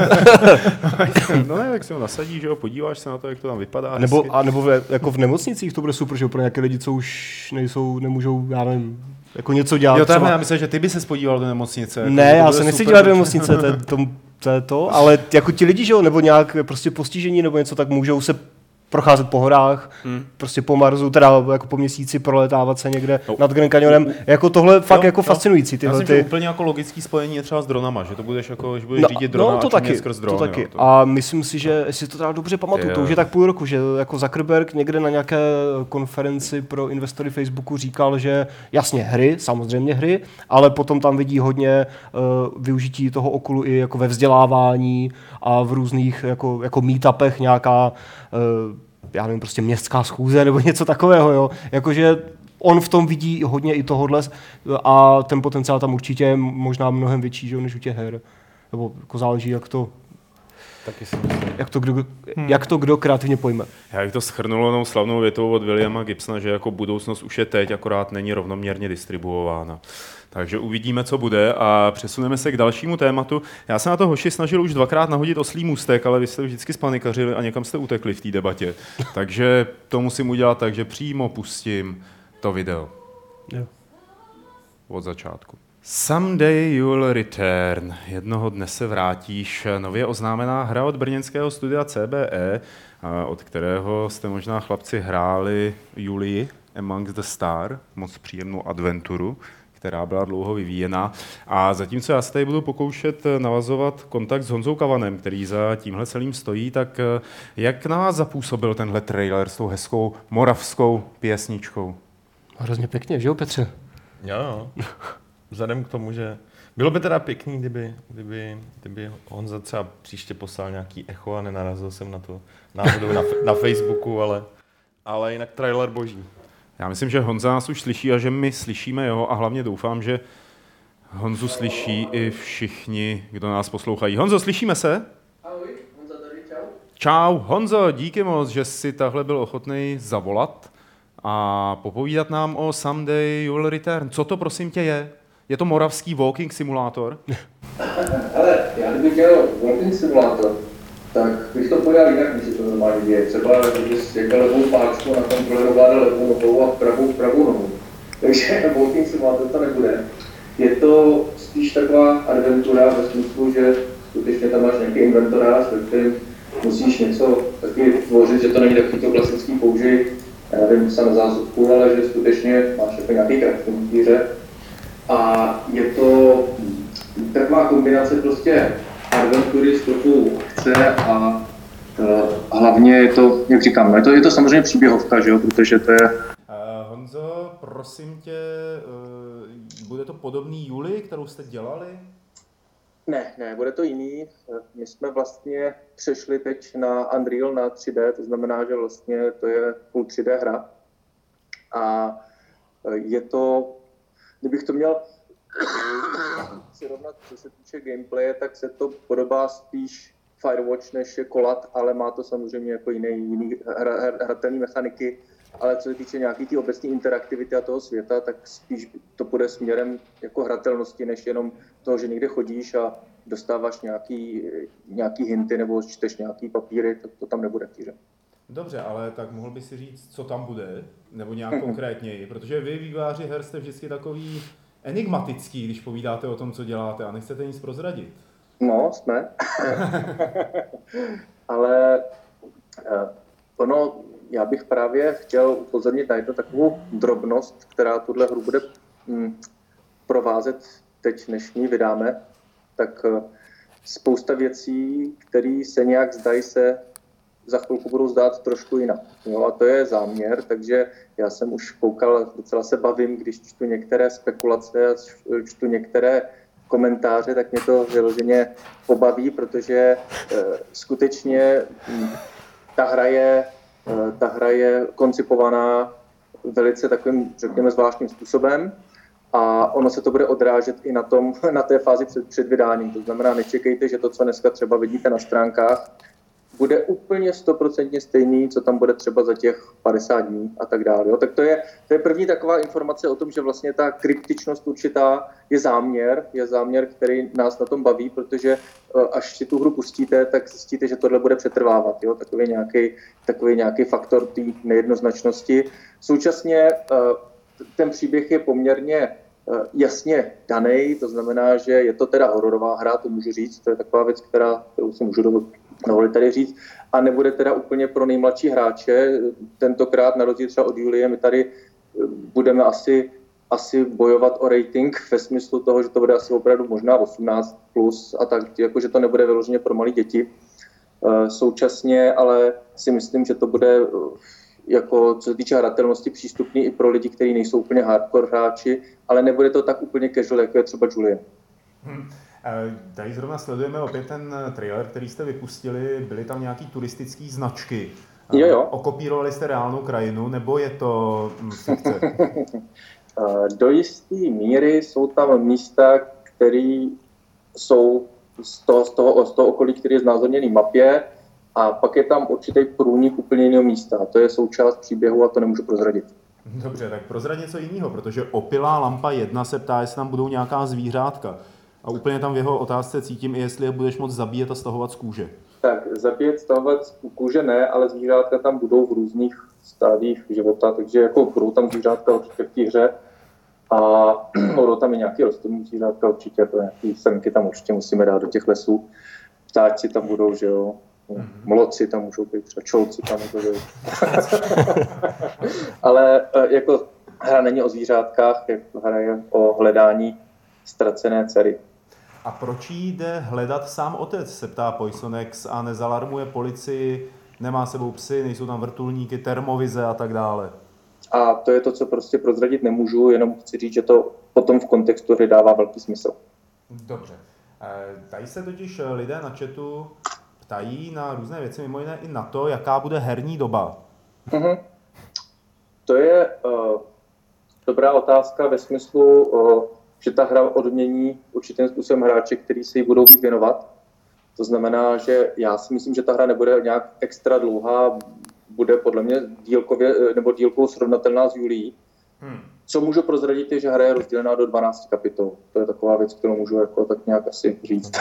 No ne, jak si ho nasadíš, že jo, podíváš se na to, jak to tam vypadá. Nebo, a nebo v, jako v nemocnicích to bude super, že pro nějaké lidi, co už nejsou, nemůžou, já nevím, jako něco dělat. Jo, tam já myslím, že ty by se podíval do nemocnice. Jako ne, já se nechci dívat do nemocnice, to je, to, to je to, ale jako ti lidi, že jo, nebo nějak prostě postižení nebo něco, tak můžou se procházet po horách, hmm. prostě po Marsu, teda jako po měsíci proletávat se někde no. nad Grand Canyonem. Uh, jako tohle fakt jo, jako jo. fascinující. Tyhle, Já myslím, ty... že úplně jako logický spojení je třeba s dronama, že to budeš jako, že budeš no, řídit drona no, to a taky, skrz dron. To taky. Jo, to... A myslím si, že si to teda dobře pamatuju, je. to už je tak půl roku, že jako Zuckerberg někde na nějaké konferenci pro investory Facebooku říkal, že jasně hry, samozřejmě hry, ale potom tam vidí hodně uh, využití toho okulu i jako ve vzdělávání a v různých jako, jako meetupech nějaká, uh, já nevím, prostě městská schůze nebo něco takového, jo. Jakože on v tom vidí hodně i tohodle a ten potenciál tam určitě je možná mnohem větší, že, než u těch her. Nebo jako záleží, jak to, taky si myslím. Jak to, kdo, hmm. jak to kdo kreativně pojme. Já bych to shrnul jenom slavnou větou od Williama Gibsona, že jako budoucnost už je teď, akorát není rovnoměrně distribuována. Takže uvidíme, co bude a přesuneme se k dalšímu tématu. Já se na to hoši snažil už dvakrát nahodit oslí můstek, ale vy jste vždycky spanikařili a někam jste utekli v té debatě. Takže to musím udělat tak, že přímo pustím to video. Jo. Od začátku. Someday you'll return. Jednoho dne se vrátíš. Nově oznámená hra od brněnského studia C B E, od kterého jste možná chlapci hráli Julii Amongst the Stars, moc příjemnou adventuru, která byla dlouho vyvíjena. A zatímco já se tady budu pokoušet navazovat kontakt s Honzou Kavanem, který za tímhle celým stojí, tak jak na vás zapůsobil tenhle trailer s tou hezkou moravskou písničkou? Hrozně pěkně, že jo, Petře? Jo, vzhledem k tomu, že bylo by teda pěkný, kdyby, kdyby, kdyby Honza třeba příště poslal nějaký echo a nenarazil jsem na to náhodou na, na Facebooku, ale, ale jinak trailer boží. Já myslím, že Honza nás už slyší a že my slyšíme jeho a hlavně doufám, že Honzu slyší i všichni, kdo nás poslouchají. Honzo, slyšíme se? Ahoj, Honza tady, čau. Čau, Honzo, díky moc, že jsi tahle byl ochotný zavolat a popovídat nám o Someday You'll Return. Co to prosím tě je? Je to moravský walking simulátor? Ale já kdybych dělal walking simulátor, tak bych to pojal jinak, když se to normálně děje. Třeba, kdybych jakal levou páčku, na kontroler ovládal levou nohou a pravou, pravou nohou. Takže walking simulátor to nebude. Je to spíš taková adventura ve smyslu, že skutečně tam máš nějaký inventorář, ve kterém musíš něco taky tvořit, že to není takový to klasický použij, já nevím, se na zásuvku, ale že skutečně máš jako nějaký crafting v hře. A je to taková kombinace prostě adventury s trochu chce a uh, hlavně je to, jak říkám, je to, je to samozřejmě příběhovka, že jo, protože to je... Uh, Honzo, prosím tě, uh, bude to podobný Julii, kterou jste dělali? Ne, ne, bude to jiný. My jsme vlastně přešli teď na Unreal na tři dé, to znamená, že vlastně to je full tři dé hra. A je to, kdybych to měl přirovnat, co se týče gameplaye, tak se to podobá spíš Firewatch než je Kolat, ale má to samozřejmě jako jiné, jiný hra, hratelné mechaniky. Ale co se týče nějaký ty obecní interaktivity a toho světa, tak spíš to půjde směrem jako hratelnosti, než jenom toho, že někde chodíš a dostáváš nějaký, nějaký hinty nebo čteš nějaký papíry, to, to tam nebude v týře. Dobře, ale tak mohl by si říct, co tam bude, nebo nějak konkrétněji, protože vy, vývojáři her, jste vždycky takový enigmatický, když povídáte o tom, co děláte a nechcete nic prozradit. No, jsme. Ale uh, ono, já bych právě chtěl upozornit na jednu takovou drobnost, která tuhle hru bude mm, provázet teď, než ní vydáme. Tak uh, spousta věcí, které se nějak zdají, se za chvilku budou zdát trošku jinak. Jo, a to je záměr, takže já jsem už koukal, docela se bavím, když čtu některé spekulace a čtu některé komentáře, tak mě to vyloženě pobaví, protože uh, skutečně mm, ta hra je Ta hra je koncipovaná velice takovým, řekněme, zvláštním způsobem a ono se to bude odrážet i na, tom, na té fázi před, před vydáním. To znamená, nečekejte, že to, co dneska třeba vidíte na stránkách, bude úplně stoprocentně stejný, co tam bude třeba za těch padesát dní a tak dále. Jo? Tak to je, to je první taková informace o tom, že vlastně ta kryptičnost určitá je záměr, je záměr, který nás na tom baví, protože až si tu hru pustíte, tak zjistíte, že tohle bude přetrvávat. Jo? Takový nějaký, takový nějaký faktor té nejednoznačnosti. Současně ten příběh je poměrně jasně danej, to znamená, že je to teda hororová hra, to můžu říct, to je taková věc, která, kterou si můžu dovolit tady říct, a nebude teda úplně pro nejmladší hráče. Tentokrát, na rozdíl třeba od Julie, my tady budeme asi, asi bojovat o rating ve smyslu toho, že to bude asi opravdu možná osmnáct plus a tak, jakože to nebude vyloženě pro malé děti. Současně ale si myslím, že to bude jako co se týče hratelnosti přístupný i pro lidi, kteří nejsou úplně hardcore hráči, ale nebude to tak úplně casual, jako je třeba Julie. Hmm. Tady zrovna sledujeme opět ten trailer, který jste vypustili, byly tam nějaký turistické značky. Jo, jo. Okopírovali jste reálnou krajinu, nebo je to fikce? Do jisté míry jsou tam místa, které jsou z toho, z, toho, z toho okolí, který je znázorněný mapě, a pak je tam určitý průnik úplně jiného místa. A to je součást příběhu a to nemůžu prozradit. Dobře, tak prozrad něco jiného, protože Opilá lampa jedna se ptá, jestli tam budou nějaká zvířátka. A úplně tam v jeho otázce cítím i, jestli je budeš moct zabíjet a stahovat z kůže. Tak, zabíjet, stahovat z kůže ne, ale zvířátka tam budou v různých stádiích života, takže jako budou tam zvířátka určitě v té hře. A budou tam i nějaký rostlinný zvířátka určitě, to nějaký semky tam určitě musíme dát do těch lesů. Ptáci tam budou, že jo. Mloci tam můžou být, třeba čolci tam můžou být. Ale jako hra není o zvířátkách, jako hra je o hledání ztracené dcery. A proč jí jde hledat sám otec, se ptá Poisonex, a nezalarmuje policii, nemá sebou psy, nejsou tam vrtulníky, termovize a tak dále? A to je to, co prostě prozradit nemůžu, jenom chci říct, že to potom v kontextu hry dává velký smysl. Dobře. Tady se totiž lidé na chatu ptají na různé věci, mimo jiné i na to, jaká bude herní doba. Mm-hmm. To je uh, dobrá otázka ve smyslu, uh, že ta hra odmění určitým způsobem hráče, kteří se jí budou víc věnovat. To znamená, že já si myslím, že ta hra nebude nějak extra dlouhá, bude podle mě dílkově, nebo dílkou srovnatelná s Julií. Hmm. Co můžu prozradit je, že hra je rozdělená do dvanácti kapitol. To je taková věc, kterou můžu jako tak nějak asi říct.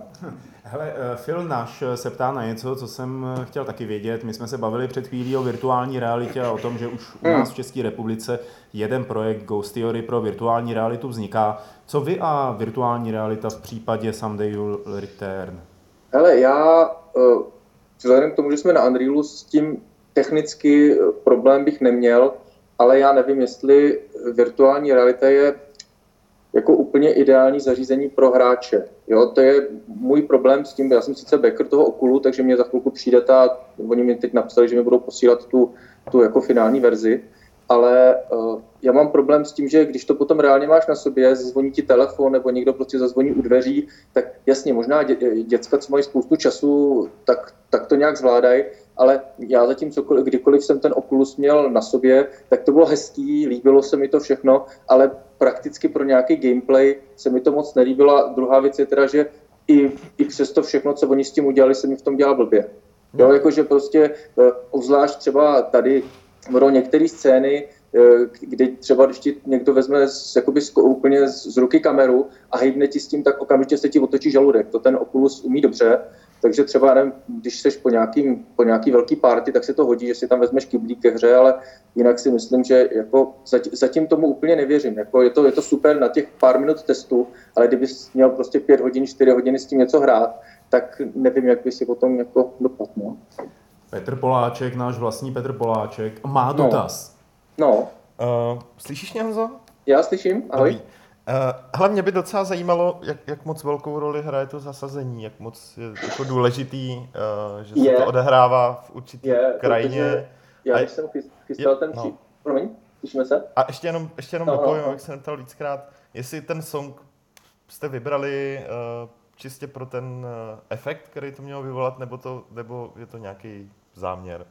Hele, Phil Nash se ptá na něco, co jsem chtěl taky vědět. My jsme se bavili před chvílí o virtuální realitě a o tom, že už u nás v České republice jeden projekt Ghost Theory pro virtuální realitu vzniká. Co vy a virtuální realita v případě Someday You'll Return? Hele, já vzhledem k tomu, že jsme na Unrealu, s tím technicky problém bych neměl, ale já nevím, jestli virtuální realita je jako úplně ideální zařízení pro hráče. Jo, to je můj problém s tím, já jsem sice backer toho Oculu, takže mě za chvilku přijde ta, oni mi teď napsali, že mi budou posílat tu, tu jako finální verzi, ale uh, já mám problém s tím, že když to potom reálně máš na sobě, zazvoní ti telefon nebo někdo prostě zazvoní u dveří, tak jasně, možná dě, děcka, co mají spoustu času, tak, tak to nějak zvládají, ale já zatím cokoliv, kdykoliv jsem ten Oculus měl na sobě, tak to bylo hezký, líbilo se mi to všechno, ale prakticky pro nějaký gameplay se mi to moc nelíbilo. A druhá věc je teda, že i, i přes to všechno, co oni s tím udělali, se mi v tom dělal blbě. Jo, jakože prostě, obzvlášť třeba tady budou některé scény, kde třeba když ti někdo vezme z, jakoby z, úplně z ruky kameru a hejbne ti s tím, tak okamžitě se ti otočí žaludek. To ten Oculus umí dobře. Takže třeba, nevím, když seš po nějaký, po nějaký velký party, tak se to hodí, že si tam vezmeš kyblík ke hře, ale jinak si myslím, že jako zatím tomu úplně nevěřím. Jako je, to, je to super na těch pár minut testu, ale kdybys měl prostě pět hodin, čtyři hodiny s tím něco hrát, tak nevím, jak by si potom jako dopadl. No. Petr Poláček, náš vlastní Petr Poláček, má dotaz. No. no. Uh, slyšíš mě, Honzo? Já slyším, ahoj. Uh, hele, mě by docela zajímalo, jak, jak moc velkou roli hraje to zasazení, jak moc je jako důležitý, uh, že se je. to odehrává v určitý je, krajině. Já když jsem chystal je, ten no. Při... Promiň, slyšíme se? A ještě jenom, ještě jenom no, dopovím, no, no. jak jsem ptal víckrát, jestli ten song jste vybrali uh, čistě pro ten uh, efekt, který to mělo vyvolat, nebo, to, nebo je to nějaký záměr?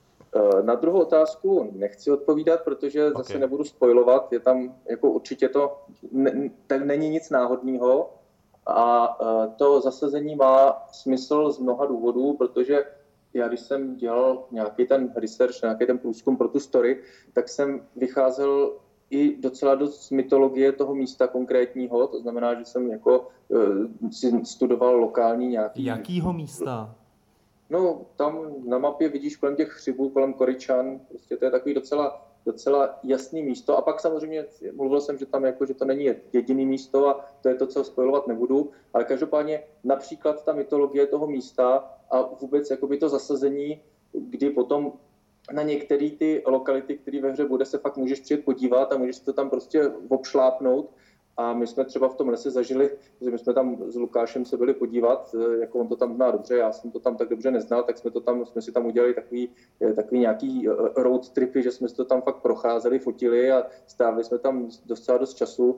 Na druhou otázku nechci odpovídat, protože zase okay. nebudu spoilovat, je tam jako určitě to, ne, tak není nic náhodného a to zasazení má smysl z mnoha důvodů, protože já když jsem dělal nějaký ten research, nějaký ten průzkum pro tu story, tak jsem vycházel i docela dost z mytologie toho místa konkrétního, to znamená, že jsem jako si studoval lokální nějaký... Jakýho místa? No, tam na mapě vidíš kolem těch hřibů, kolem Koryčan, prostě to je takový docela docela jasný místo. A pak samozřejmě mluvil jsem, že tam jako, že to není jediný místo a to je to, co spojovat nebudu, ale každopádně například ta mytologie toho místa a vůbec jakoby to zasazení, kdy potom na některé ty lokality, které ve hře bude, se fakt můžeš přijet podívat a můžeš to tam prostě obšlápnout. A my jsme třeba v tom lese zažili, že my jsme tam s Lukášem se byli podívat, jako on to tam zná dobře, já jsem to tam tak dobře neznal, tak jsme, to tam, jsme si tam udělali takový, takový nějaký road tripy, že jsme si to tam fakt procházeli, fotili a stávali jsme tam docela dost času.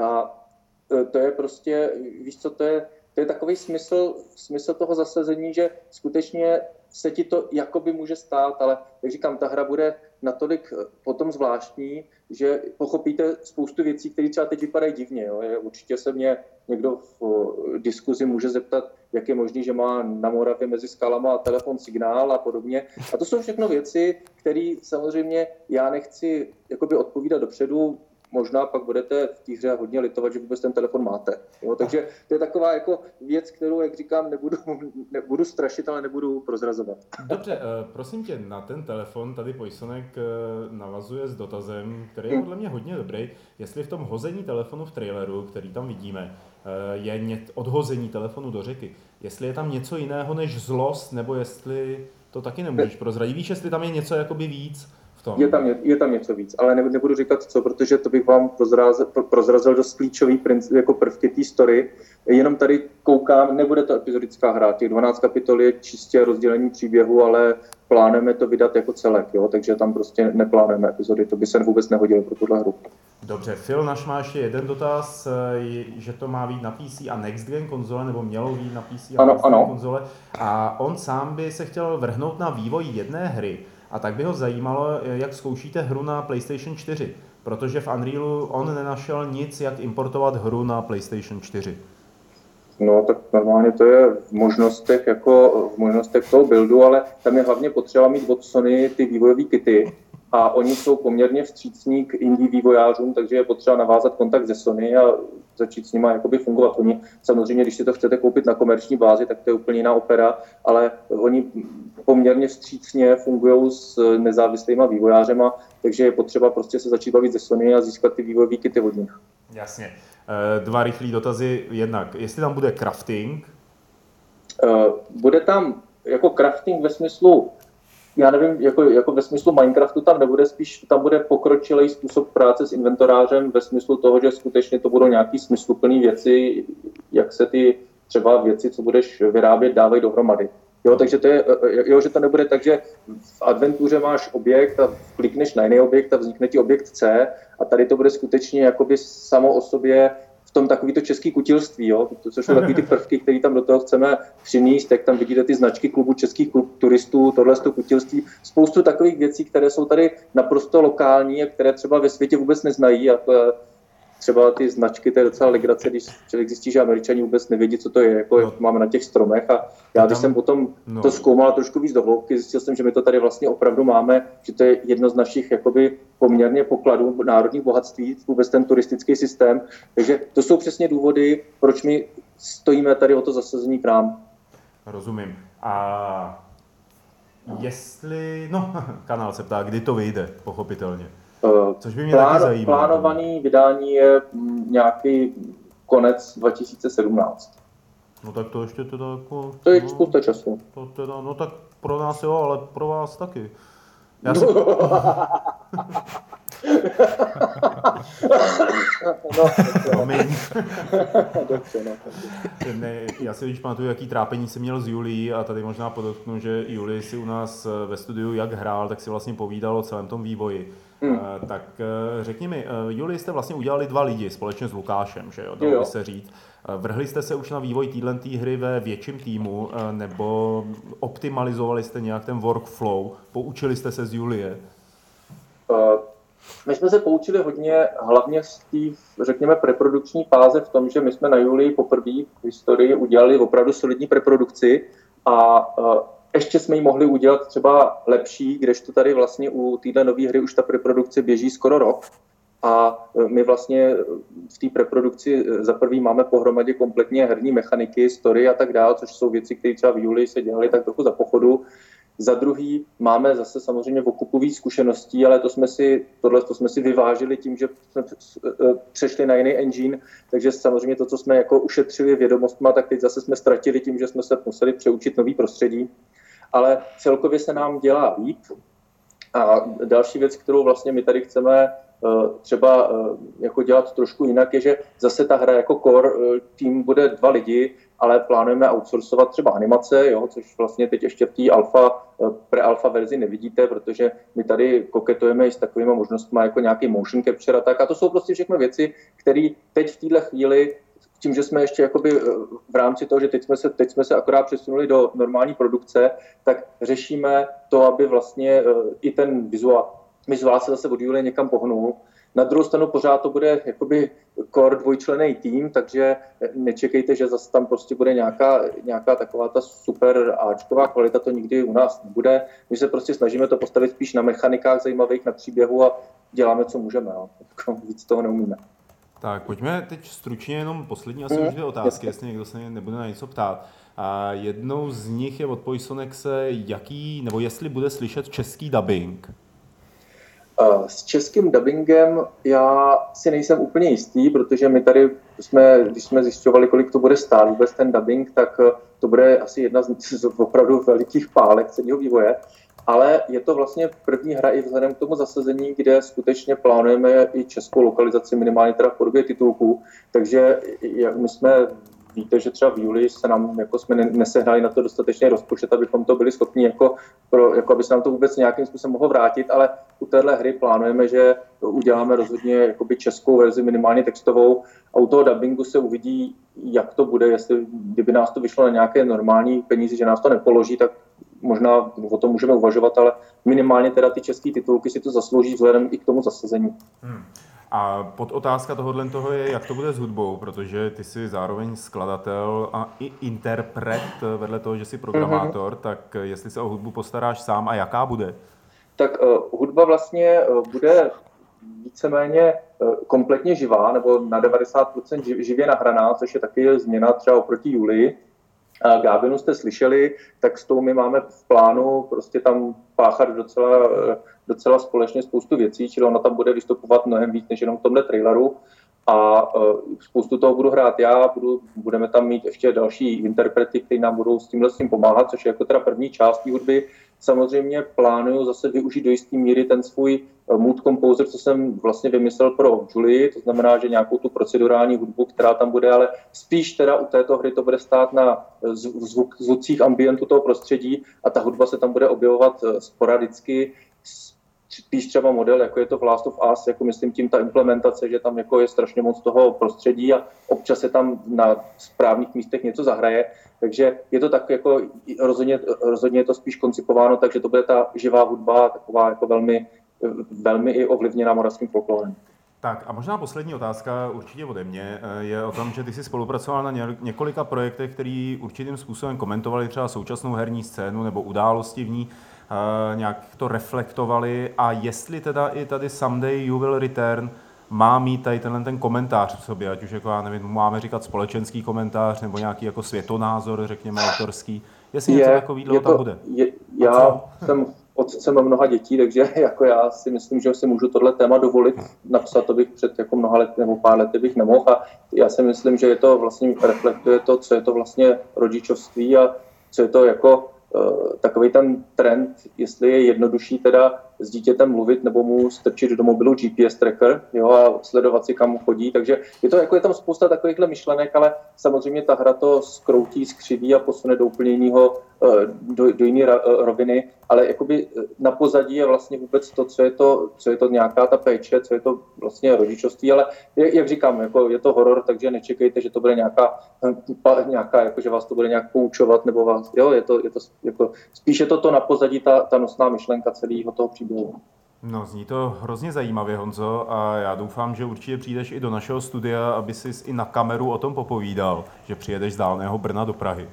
A to je prostě, víš co, to je, to je takový smysl, smysl toho zasazení, že skutečně se ti to jakoby může stát, ale jak říkám, ta hra bude natolik potom zvláštní, že pochopíte spoustu věcí, které třeba teď vypadají divně. Jo. Určitě se mě někdo v diskuzi může zeptat, jak je možné, že má na Moravě mezi skalama telefon signál a podobně. A to jsou všechno věci, které samozřejmě já nechci jakoby odpovídat dopředu. Možná pak budete v té hře hodně litovat, že vůbec ten telefon máte. Jo? Takže to je taková jako věc, kterou, jak říkám, nebudu, nebudu strašit, ale nebudu prozrazovat. Dobře, prosím tě, na ten telefon tady Pojsonek navazuje s dotazem, který je podle mě hodně dobrý. Jestli v tom hození telefonu v traileru, který tam vidíme, je odhození telefonu do řeky, jestli je tam něco jiného než zlost, nebo jestli to taky nemůžeš prozradit. Víš, jestli tam je něco jakoby víc? Je tam, je tam něco víc, ale nebudu říkat co, protože to bych vám prozrazil, prozrazil dost klíčový princip, jako prvky té story. Jenom tady koukám, nebude to epizodická hra, těch dvanáct kapitol je čistě rozdělení příběhu, ale plánujeme to vydat jako celek, jo? Takže tam prostě neplánujeme epizody, to by se vůbec nehodilo pro tuhle hru. Dobře, Phil naš má ještě jeden dotaz, že to má být na P C a Next Gen konzole, nebo mělo být na P C a ano, Next Gen ano. konzole. A on sám by se chtěl vrhnout na vývoj jedné hry. A tak by ho zajímalo, jak zkoušíte hru na PlayStation čtyři, protože v Unrealu on nenašel nic, jak importovat hru na PlayStation čtyři. No, tak normálně to je v možnostech, jako v možnostech toho buildu, ale tam je hlavně potřeba mít od Sony ty vývojové kity a oni jsou poměrně vstřícní k indie vývojářům, takže je potřeba navázat kontakt ze Sony a začít s nima jakoby fungovat. Oni samozřejmě, když si to chcete koupit na komerční bázi, tak to je úplně jiná opera, ale oni poměrně vstřícně fungují s nezávislýma vývojářema, takže je potřeba prostě se začít bavit ze Sony a získat ty vývojové kity od nich. Jasně. Dva rychlý dotazy. Jednak, jestli tam bude crafting? Bude tam jako crafting ve smyslu, já nevím, jako, jako ve smyslu Minecraftu tam nebude, spíš tam bude pokročilý způsob práce s inventorářem ve smyslu toho, že skutečně to budou nějaký smysluplný věci, jak se ty třeba věci, co budeš vyrábět, dávají dohromady. Jo, takže to je, jo, že to nebude tak, že v adventuře máš objekt a klikneš na jiný objekt a vznikne ti objekt C a tady to bude skutečně jakoby samo o sobě v tom takový to český kutilství, jo, to, což jsou takový ty prvky, které tam do toho chceme přinést, jak tam vidíte ty značky klubu českých klub, turistů, tohle z toho kutilství, spoustu takových věcí, které jsou tady naprosto lokální a které třeba ve světě vůbec neznají a to je, třeba ty značky, to je docela legrace, když člověk zjistí, že Američani vůbec nevědí, co to je, jako no. máme na těch stromech. A já, když tam, jsem potom no. to zkoumal trošku víc do hloubky, zjistil jsem, že my to tady vlastně opravdu máme, že to je jedno z našich jakoby poměrně pokladů národních bohatství, vůbec ten turistický systém. Takže to jsou přesně důvody, proč my stojíme tady o to zasazení k nám. Rozumím. A jestli, no, kanál se ptá, kdy to vyjde, pochopitelně. Což by mě Plán, taky zajímalo. Plánovaný vydání je nějaký konec dva tisíce sedmnáct. No tak to ještě teda jako... To je no, spousta času. To teda, no tak pro nás jo, ale pro vás taky. Já si... no, Promiň. Dobře, no. Ne, já si víš, pamatuju, jaký trápení jsem měl s Julií a tady možná podotknu, že Julii si u nás ve studiu jak hrál, tak si vlastně povídal o celém tom vývoji. Hmm. Uh, tak uh, řekni mi, uh, Julii jste vlastně udělali dva lidi společně s Lukášem, že jo, dalo by se říct. Uh, vrhli jste se už na vývoj této hry ve větším týmu, uh, nebo optimalizovali jste nějak ten workflow, poučili jste se z Julie? Uh, my jsme se poučili hodně, hlavně z té, řekněme, preprodukční fáze v tom, že my jsme na Julii poprvé v historii udělali opravdu solidní preprodukci a uh, ještě jsme ji mohli udělat třeba lepší, kdežto tady vlastně u téhle nové hry už ta preprodukce běží skoro rok. A my vlastně v té preprodukci za prvý máme pohromadě kompletně herní mechaniky, story a tak dále, což jsou věci, které třeba v Julii se dělaly tak trochu za pochodu. Za druhý máme zase samozřejmě okupový zkušeností, ale to jsme si, tohle to jsme si vyvážili tím, že jsme přešli na jiný engine, takže samozřejmě to, co jsme jako ušetřili vědomostma, tak teď zase jsme ztratili tím, že jsme se museli přeučit nový prostředí. Ale celkově se nám dělá líp. A další věc, kterou vlastně my tady chceme třeba jako dělat trošku jinak, je, že zase ta hra jako core tým bude dva lidi, ale plánujeme outsourcovat třeba animace, jo, což vlastně teď ještě v té alfa, pre-alfa verzi nevidíte, protože my tady koketujeme i s takovými možnostmi jako nějaký motion capture a tak. A to jsou prostě všechno věci, které teď v této chvíli, tím, že jsme ještě jakoby v rámci toho, že teď jsme se, teď jsme se akorát přesunuli do normální produkce, tak řešíme to, aby vlastně i ten vizuál, vizuál se zase od Julie někam pohnul. Na druhou stranu pořád to bude jakoby core dvojčlenný tým, takže nečekejte, že zase tam prostě bude nějaká, nějaká taková ta super áčková kvalita, to nikdy u nás nebude. My se prostě snažíme to postavit spíš na mechanikách zajímavých, na příběhu a děláme, co můžeme. No. Víc toho neumíme. Tak pojďme teď stručně jenom poslední asi už dvě otázky, jestli někdo se nebude na něco ptát. A jednou z nich je od Poisonexe, jaký, nebo jestli bude slyšet český dubbing. S českým dubbingem já si nejsem úplně jistý, protože my tady jsme, když jsme zjišťovali, kolik to bude stát vůbec ten dubbing, tak to bude asi jedna z opravdu velikých pálek celého vývoje. Ale je to vlastně první hra i vzhledem k tomu zasazení, kde skutečně plánujeme i českou lokalizaci, minimálně teda v podobě titulků. Takže my jsme, víte, že třeba v juli se nám, jako jsme nesehnali na to dostatečně rozpočet, abychom to byli schopni, jako, pro, jako aby se nám to vůbec nějakým způsobem mohlo vrátit, ale u téhle hry plánujeme, že uděláme rozhodně jakoby českou verzi, minimálně textovou, a u toho dubbingu se uvidí, jak to bude, jestli kdyby nás to vyšlo na nějaké normální peníze, že nás to nepoloží, tak možná o tom můžeme uvažovat, ale minimálně teda ty české titulky si to zaslouží vzhledem i k tomu zasazení. Hmm. A podotázka tohohle toho je, jak to bude s hudbou, protože ty jsi zároveň skladatel a i interpret vedle toho, že jsi programátor, mm-hmm. tak jestli se o hudbu postaráš sám a jaká bude? Tak uh, hudba vlastně uh, bude víceméně uh, kompletně živá, nebo na devadesát procent živě nahraná, což je taky změna třeba oproti Julii. Gábinu jste slyšeli, tak s tou my máme v plánu prostě tam páchat docela, docela společně spoustu věcí, čili ona tam bude vystupovat mnohem víc než jenom v tomhle traileru. A spoustu toho budu hrát já, budu, budeme tam mít ještě další interprety, kteří nám budou s tímhle s tím pomáhat, což je jako teda první část té hudby. Samozřejmě plánuju zase využít do jisté míry ten svůj mood composer, co jsem vlastně vymyslel pro Julii, to znamená, že nějakou tu procedurální hudbu, která tam bude, ale spíš teda u této hry to bude stát na zvuk, zvucích ambientu toho prostředí a ta hudba se tam bude objevovat sporadicky. Spíš třeba model, jako je to v Last of Us, jako myslím tím ta implementace, že tam jako je strašně moc toho prostředí a občas se tam na správných místech něco zahraje. Takže je to tak jako rozhodně, rozhodně je to spíš koncipováno, takže to bude ta živá hudba, taková jako velmi, velmi i ovlivněná moravským folklorem. Tak a možná poslední otázka určitě ode mě je o tom, že ty jsi spolupracoval na několika projektech, které určitým způsobem komentovali třeba současnou herní scénu nebo události v ní, Uh, nějak to reflektovali a jestli teda i tady Someday You Will Return má mít tady tenhle ten komentář v sobě, ať už jako já nevím, máme říkat společenský komentář nebo nějaký jako světonázor, řekněme autorský, jestli je, něco takového tam bude. Je, já jsem otcem mnoha dětí, takže jako já si myslím, že si můžu tohle téma dovolit napsat, to bych před jako mnoha lety nebo pár lety bych nemohl a já si myslím, že je to vlastně reflektuje to, co je to vlastně rodičovství a co je to jako takový ten trend, jestli je jednodušší teda s dítětem mluvit nebo mu strčit do mobilu G P S tracker, jo, a sledovat si, kam chodí. Takže je to jako je tam spousta takovýchhle myšlenek, ale samozřejmě ta hra to skroutí, skřiví a posune do úplně jiného, do, do jiné roviny, ale jakoby na pozadí je vlastně vůbec to, co je to, co je to nějaká ta péče, co je to vlastně rodičovství, ale jak říkám, jako je to horor, takže nečekejte, že to bude nějaká, nějaká jako, že vás to bude nějak poučovat, nebo vás, jo, je to, je to jako, spíš je to to na pozadí, ta, ta nosná myšlenka celého toho příběhu. No, zní to hrozně zajímavě, Honzo, a já doufám, že určitě přijdeš i do našeho studia, aby jsi i na kameru o tom popovídal, že přijedeš z dálného Brna do Prahy.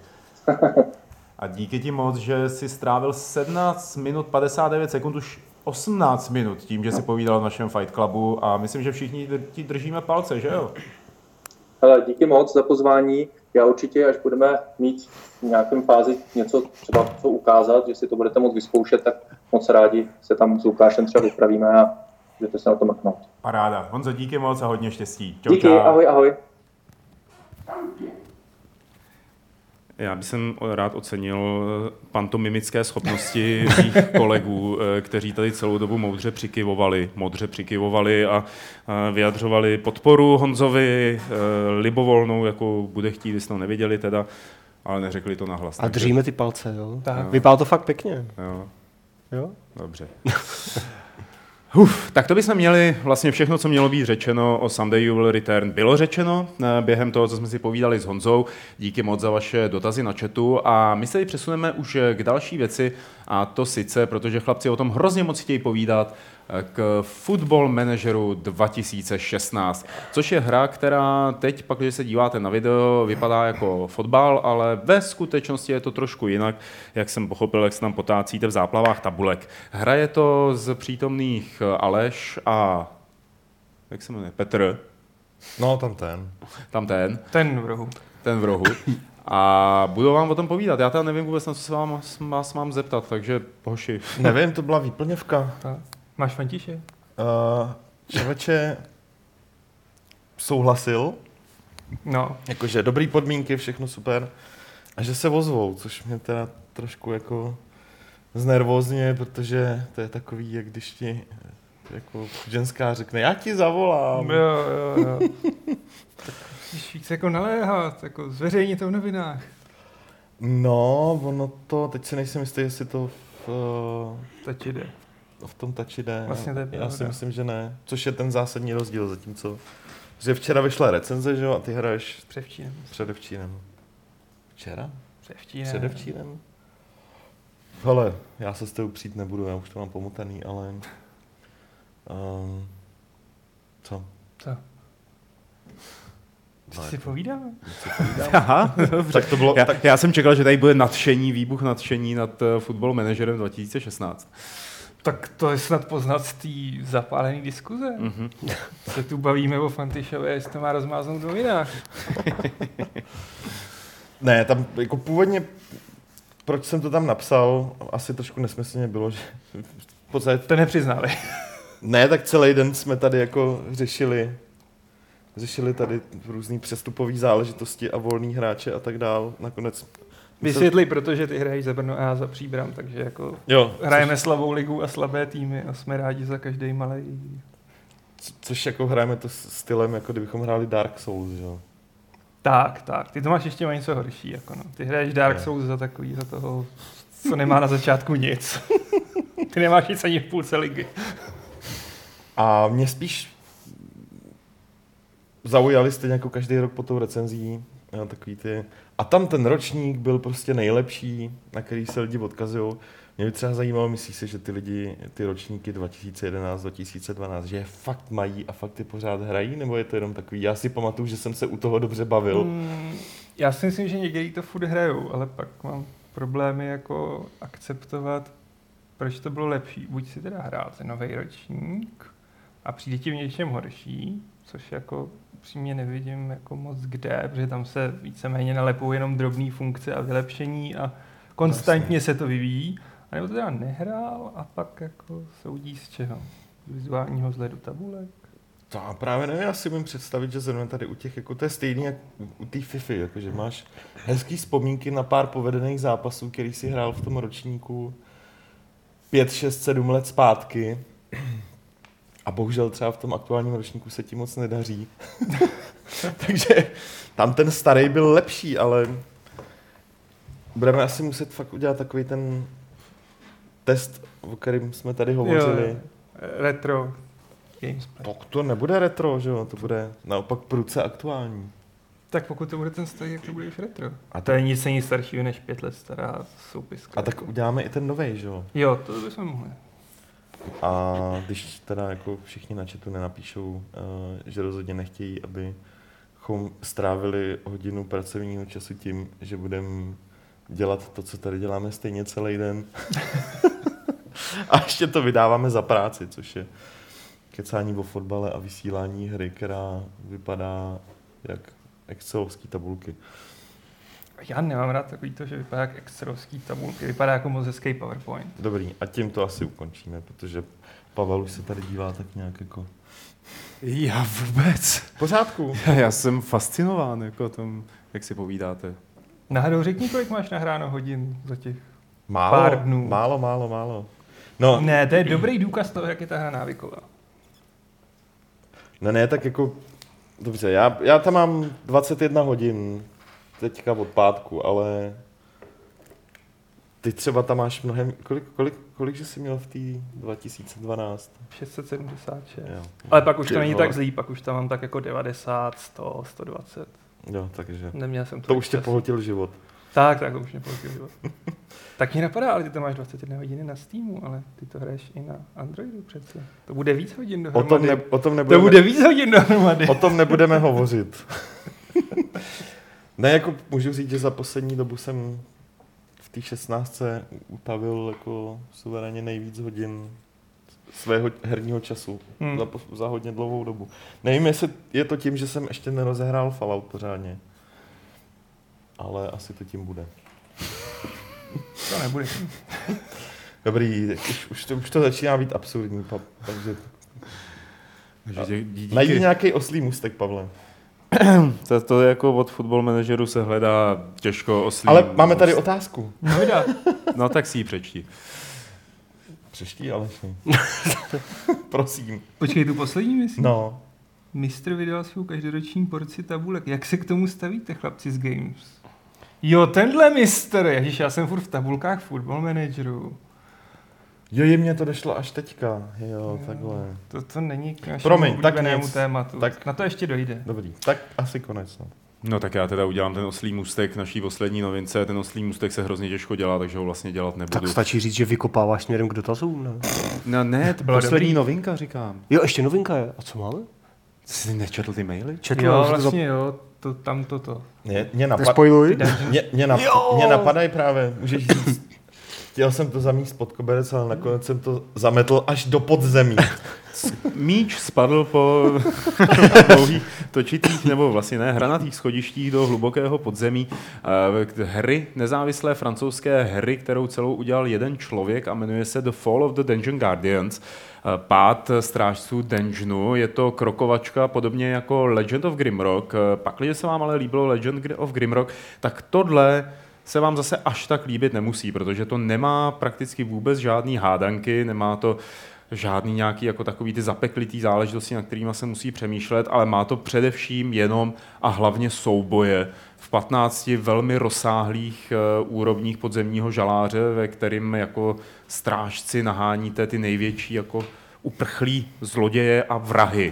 A díky ti moc, že jsi strávil sedmnáct minut padesát devět sekund, už osmnáct minut tím, že jsi povídal v našem Fight Clubu a myslím, že všichni ti držíme palce, že jo? Hele, díky moc za pozvání. já určitě, až budeme mít v nějakém fázi něco třeba co ukázat, že si to budete moct vyzkoušet, tak moc rádi se tam s Lukášem třeba vypravíme a můžete se na to mrknout. Paráda. Honzo, díky moc a hodně štěstí. Čau, díky, čau. ahoj, ahoj. Já bych rád ocenil pantomimické schopnosti mých kolegů, kteří tady celou dobu moudře přikyvovali, modře přikyvovali a vyjadřovali podporu Honzovi, libovolnou, jakou bude chtít, vy jste to nevěděli teda, ale neřekli to nahlas. A držíme ty palce, jo? Tak. Vypadá to fakt pěkně. Jo. Jo? Dobře. Uf, tak to bychom měli vlastně všechno, co mělo být řečeno o Sunday You Will Return, bylo řečeno během toho, co jsme si povídali s Honzou. Díky moc za vaše dotazy na chatu a my se tady přesuneme už k další věci a to sice, protože chlapci o tom hrozně moc chtějí povídat, k Football Manageru dva tisíce šestnáct, což je hra, která teď, pak, když se díváte na video, vypadá jako fotbal, ale ve skutečnosti je to trošku jinak, jak jsem pochopil, jak se tam potácíte v záplavách tabulek. Hraje to z přítomných Aleš a jak se jmenuje, Petr. No, tam ten. Tam ten. Ten v rohu. Ten v rohu. A budu vám o tom povídat. Já teda nevím vůbec, na co se vám, vás mám zeptat, takže hoši. Nevím, to byla výplňovka. Tak. Máš fantiše? Uh, člověče souhlasil, No. jakože dobrý podmínky, všechno super, a že se ozvou, což mě teda trošku jako znervózně, protože to je takový, jak když ti jako ženská řekne, já ti zavolám. Jo, jo, jo. Tak musíš víc jako naléhat, jako zveřejnit to v novinách. No, ono to, teď si nejsem jistý, jestli to v, Teď jde. v tom tači jde. Vlastně to je Já si pravda. myslím, že ne. Což je ten zásadní rozdíl, zatímco že včera vyšla recenze, že jo, a ty hraješ Převčírem. předevčírem. Včera? Převčírem. Předevčírem? Hele, já se s tebou přijít nebudu, já už to mám pomotaný, ale... Um, co? Co? Co si povídáme? Aha, dobře. Tak to bylo... Já, tak, já jsem čekal, že tady bude nadšení, výbuch nadšení nad uh, Football Managerem dva tisíce šestnáct. Tak to je snad poznat z té zapálené diskuze. Mm-hmm. Se tu bavíme o Fantyšově, jestli to má rozmáznout v novinách. ne, tam jako původně, proč jsem to tam napsal, asi trošku nesmyslně bylo, že v podstatě... To nepřiznali. Ne, tak celý den jsme tady jako řešili, řešili tady různý přestupové záležitosti a volný hráče a tak dál. Nakonec... Vysvětli, protože ty hraješ za Brno a já za Příbram, takže jako jo, hrajeme což, slabou ligu a slabé týmy a jsme rádi za každý malý. což jako hrajeme to stylem, jako kdybychom hráli Dark Souls, že jo. Tak, tak. Ty to máš ještě o něco horší. Jako no. Ty hraješ Dark Souls za takový, za toho, co nemá na začátku nic. Ty nemáš nic ani v půlce ligy. A mě spíš zaujali stejně jako každý rok po tou recenzí, jo, takový ty... A tam ten ročník byl prostě nejlepší, na který se lidi odkazují. Mě by třeba zajímalo, myslíš si, že ty lidi, ty ročníky dva tisíce jedenáct dva tisíce dvanáct, že je fakt mají a fakt ty pořád hrají, nebo je to jenom takový? Já si pamatuju, že jsem se u toho dobře bavil. Mm, já si myslím, že někteří to furt hrajou, ale pak mám problémy jako akceptovat, proč to bylo lepší. Buď si teda hrál ten nový ročník a přijde ti v něčem horší, což jako upřímně nevidím jako moc kde, protože tam se víceméně nalepují jenom drobné funkce a vylepšení a konstantně se to vyvíjí. A nebo to teda nehrál a pak jako soudí z čeho? Z vizuálního vzhledu tabulek? To já právě nevím, já si můžu představit, že zrovna tady u těch, jako to je stejný jak u té FIFA, jakože máš hezký vzpomínky na pár povedených zápasů, který si hrál v tom ročníku pět, šest, sedm let zpátky. A bohužel třeba v tom aktuálním ročníku se ti moc nedaří. Takže tam ten starý byl lepší, ale budeme asi muset fakt udělat takový ten test, o kterém jsme tady hovořili. Jo, retro games. Tak to nebude retro, že jo? To bude naopak prudce aktuální. Tak pokud to bude ten starý, jak to bude už retro. A To je nic není staršího než pět let stará soupiska. A tak uděláme i ten novej, že jo? Jo, to bychom mohli. A když teda jako všichni na chatu nenapíšou, uh, že rozhodně nechtějí, abychom strávili hodinu pracovního času tím, že budeme dělat to, co tady děláme stejně celý den. A ještě to vydáváme za práci, což je kecání o fotbale a vysílání hry, která vypadá jak excelovský tabulky. Já nemám rád takový to, že vypadá jak excelovský tabulky, vypadá jako moc hezký PowerPoint. Dobrý, a tím to asi ukončíme, protože Pavel už se tady dívá tak nějak jako... Já vůbec. V pořádku. Já jsem fascinován jako tom, jak si povídáte. Náhodou řekni, kolik máš nahráno hodin za těch Málo, pár dnů. málo, málo, málo. No, Ne, to je dobrý důkaz toho, jak je ta hra návyková. ne, ne, tak jako... Dobře, já, já tam mám dvacet jedna hodin teďka od pátku, ale... Ty třeba tam máš mnohem... Kolik, kolik, kolik že jsi měl v té dva tisíce dvanáct? šest set sedmdesát šest. Jo. Ale pak už to Ty není vole. tak zlý, pak už tam mám tak jako devadesát, sto, sto dvacet. Jo, takže... Neměl jsem To tolik už tě času. pohltil život. Tak, tak, to už mě pohltil život. Tak mě napadá, ale ty tam máš dvacet jedna hodiny na Steamu, ale ty to hraješ i na Androidu přece. To bude víc hodin O dohromady. tom, ne, o tom To nebudeme... bude víc hodin dohromady. O tom nebudeme hovořit. Ne, jako můžu říct, že za poslední dobu jsem v té šestnáctce utavil jako suverénně nejvíc hodin svého herního času Hmm. za, za hodně dlouhou dobu. Nevím, jestli je to tím, že jsem ještě nerozehrál Fallout pořádně. Ale asi to tím bude. To nebude. Dobrý, už, už, to, už to začíná být absurdní, pap, takže Takže dě, díky. najdi nějaký oslý můstek, Pavle. To, to je jako od Football Manageru se hledá těžko oslý. Ale máme tady otázku. No vydá. No tak si ji přečti. Přeští, Aleši. Prosím. Počkej, tu poslední myslím. No. Mistr vydal svou každoroční porci tabulek. Jak se k tomu stavíte, chlapci z Games? Jo, tenhle mistr. Ježiš, já jsem furt v tabulkách Football Manageru. Jo, je mě to došlo až teďka. Jo, takhle. To, to není k našemu Promiň, tak oblíbenému nic. tématu. Tak- Na to ještě dojde. Dobrý, tak asi konec. No. No tak já teda udělám ten oslý můstek naší poslední novince. Ten oslý můstek se hrozně těžko dělá, takže ho vlastně dělat nebudu. Tak stačí říct, že vykopáváš směrem k dotazům, ne? No ne, to bylo poslední dobrý. novinka říkám. Jo, ještě novinka je. A co máme? Jsi nečetl ty maily? Četl, Jo, že to vlastně jo, to, tam toto. Mě, mě, napad... Nespoiluj. mě, mě, nap... mě napadají právě, můžeš říct, chtěl jsem to zamíst pod koberec, ale nakonec jsem to zametl až do podzemí. Míč spadl po dlouhých točitých, nebo vlastně ne, hranatých schodištích do hlubokého podzemí. Eh, Hry, nezávislé francouzské hry, kterou celou udělal jeden člověk a jmenuje se The Fall of the Dungeon Guardians. Eh, Pád strážců Dungeonu. Je to krokovačka podobně jako Legend of Grimrock. Eh, Pakliže se vám ale líbilo Legend of Grimrock, tak tohle se vám zase až tak líbit nemusí, protože to nemá prakticky vůbec žádný hádanky, nemá to žádný nějaký jako takový ty zapeklitý záležitosti, na kterými se musí přemýšlet, ale má to především jenom a hlavně souboje v patnácti velmi rozsáhlých uh, úrovních podzemního žaláře, ve kterým jako strážci naháníte ty největší jako uprchlí zloděje a vrahy.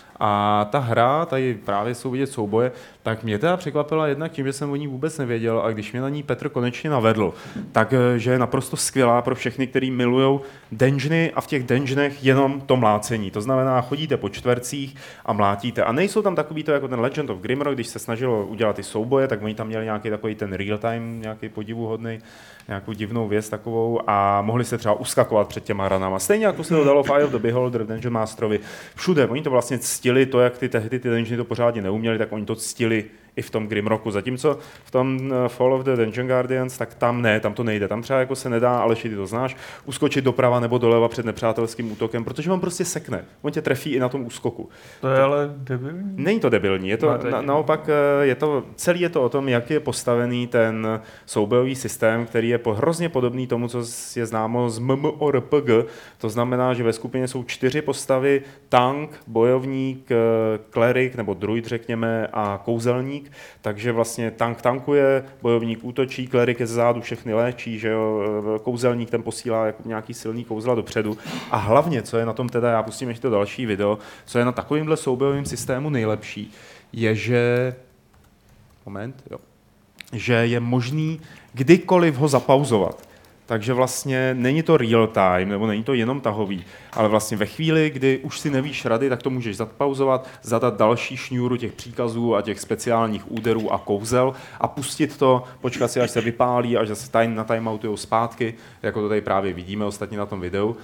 A ta hra, tady právě jsou vidět souboje, tak mě teda překvapila jednak tím, že jsem o ní vůbec nevěděl a když mě na ní Petr konečně navedl, takže je naprosto skvělá pro všechny, kteří milujou dungeony a v těch dungeonech jenom to mlácení. To znamená, chodíte po čtvercích a mlátíte. A nejsou tam takový to jako ten Legend of Grimrock, když se snažilo udělat ty souboje, tak oni tam měli nějaký takový ten real time, nějaký podivuhodný, nějakou divnou věc takovou a mohli se třeba uskakovat před těma ranama. Stejně jako se to dalo v Eye of the Beholder, v Dungeon Masterovi. Všude, oni to vlastně ctili, to, jak ty tehdy ty dungeony to pořádně neuměli, tak oni to ctili i v tom Grimrocku. Zatímco v tom Fall of the Dungeon Guardians, tak tam ne, tam to nejde. Tam třeba jako se nedá, Aleši, ty to znáš, uskočit doprava nebo doleva před nepřátelským útokem, protože on prostě sekne. On tě trefí i na tom úskoku. To je ale debilní. Není to debilní, je to, No, to je na, naopak je to, celý je to o tom, jak je postavený ten soubojový systém, který je po, hrozně podobný tomu, co je známo z MMORPG. To znamená, že ve skupině jsou čtyři postavy, tank, bojovník, klerik nebo druid, řekněme, a kouzelník. Takže vlastně tank tankuje, bojovník útočí, klerik je zezadu všechny léčí, že jo, kouzelník ten posílá jako nějaký silný kouzla dopředu. A hlavně, co je na tom teda, já pustím ještě to další video, co je na takovýmhle soubojovém systému nejlepší, je, že moment, jo, že je možný kdykoliv ho zapauzovat. Takže vlastně není to real time, nebo není to jenom tahový, ale vlastně ve chvíli, kdy už si nevíš rady, tak to můžeš zapauzovat, zadat další šňůru těch příkazů a těch speciálních úderů a kouzel a pustit to, počkat si, až se vypálí, až se time, na timeoutujou zpátky, jako to tady právě vidíme ostatně na tom videu.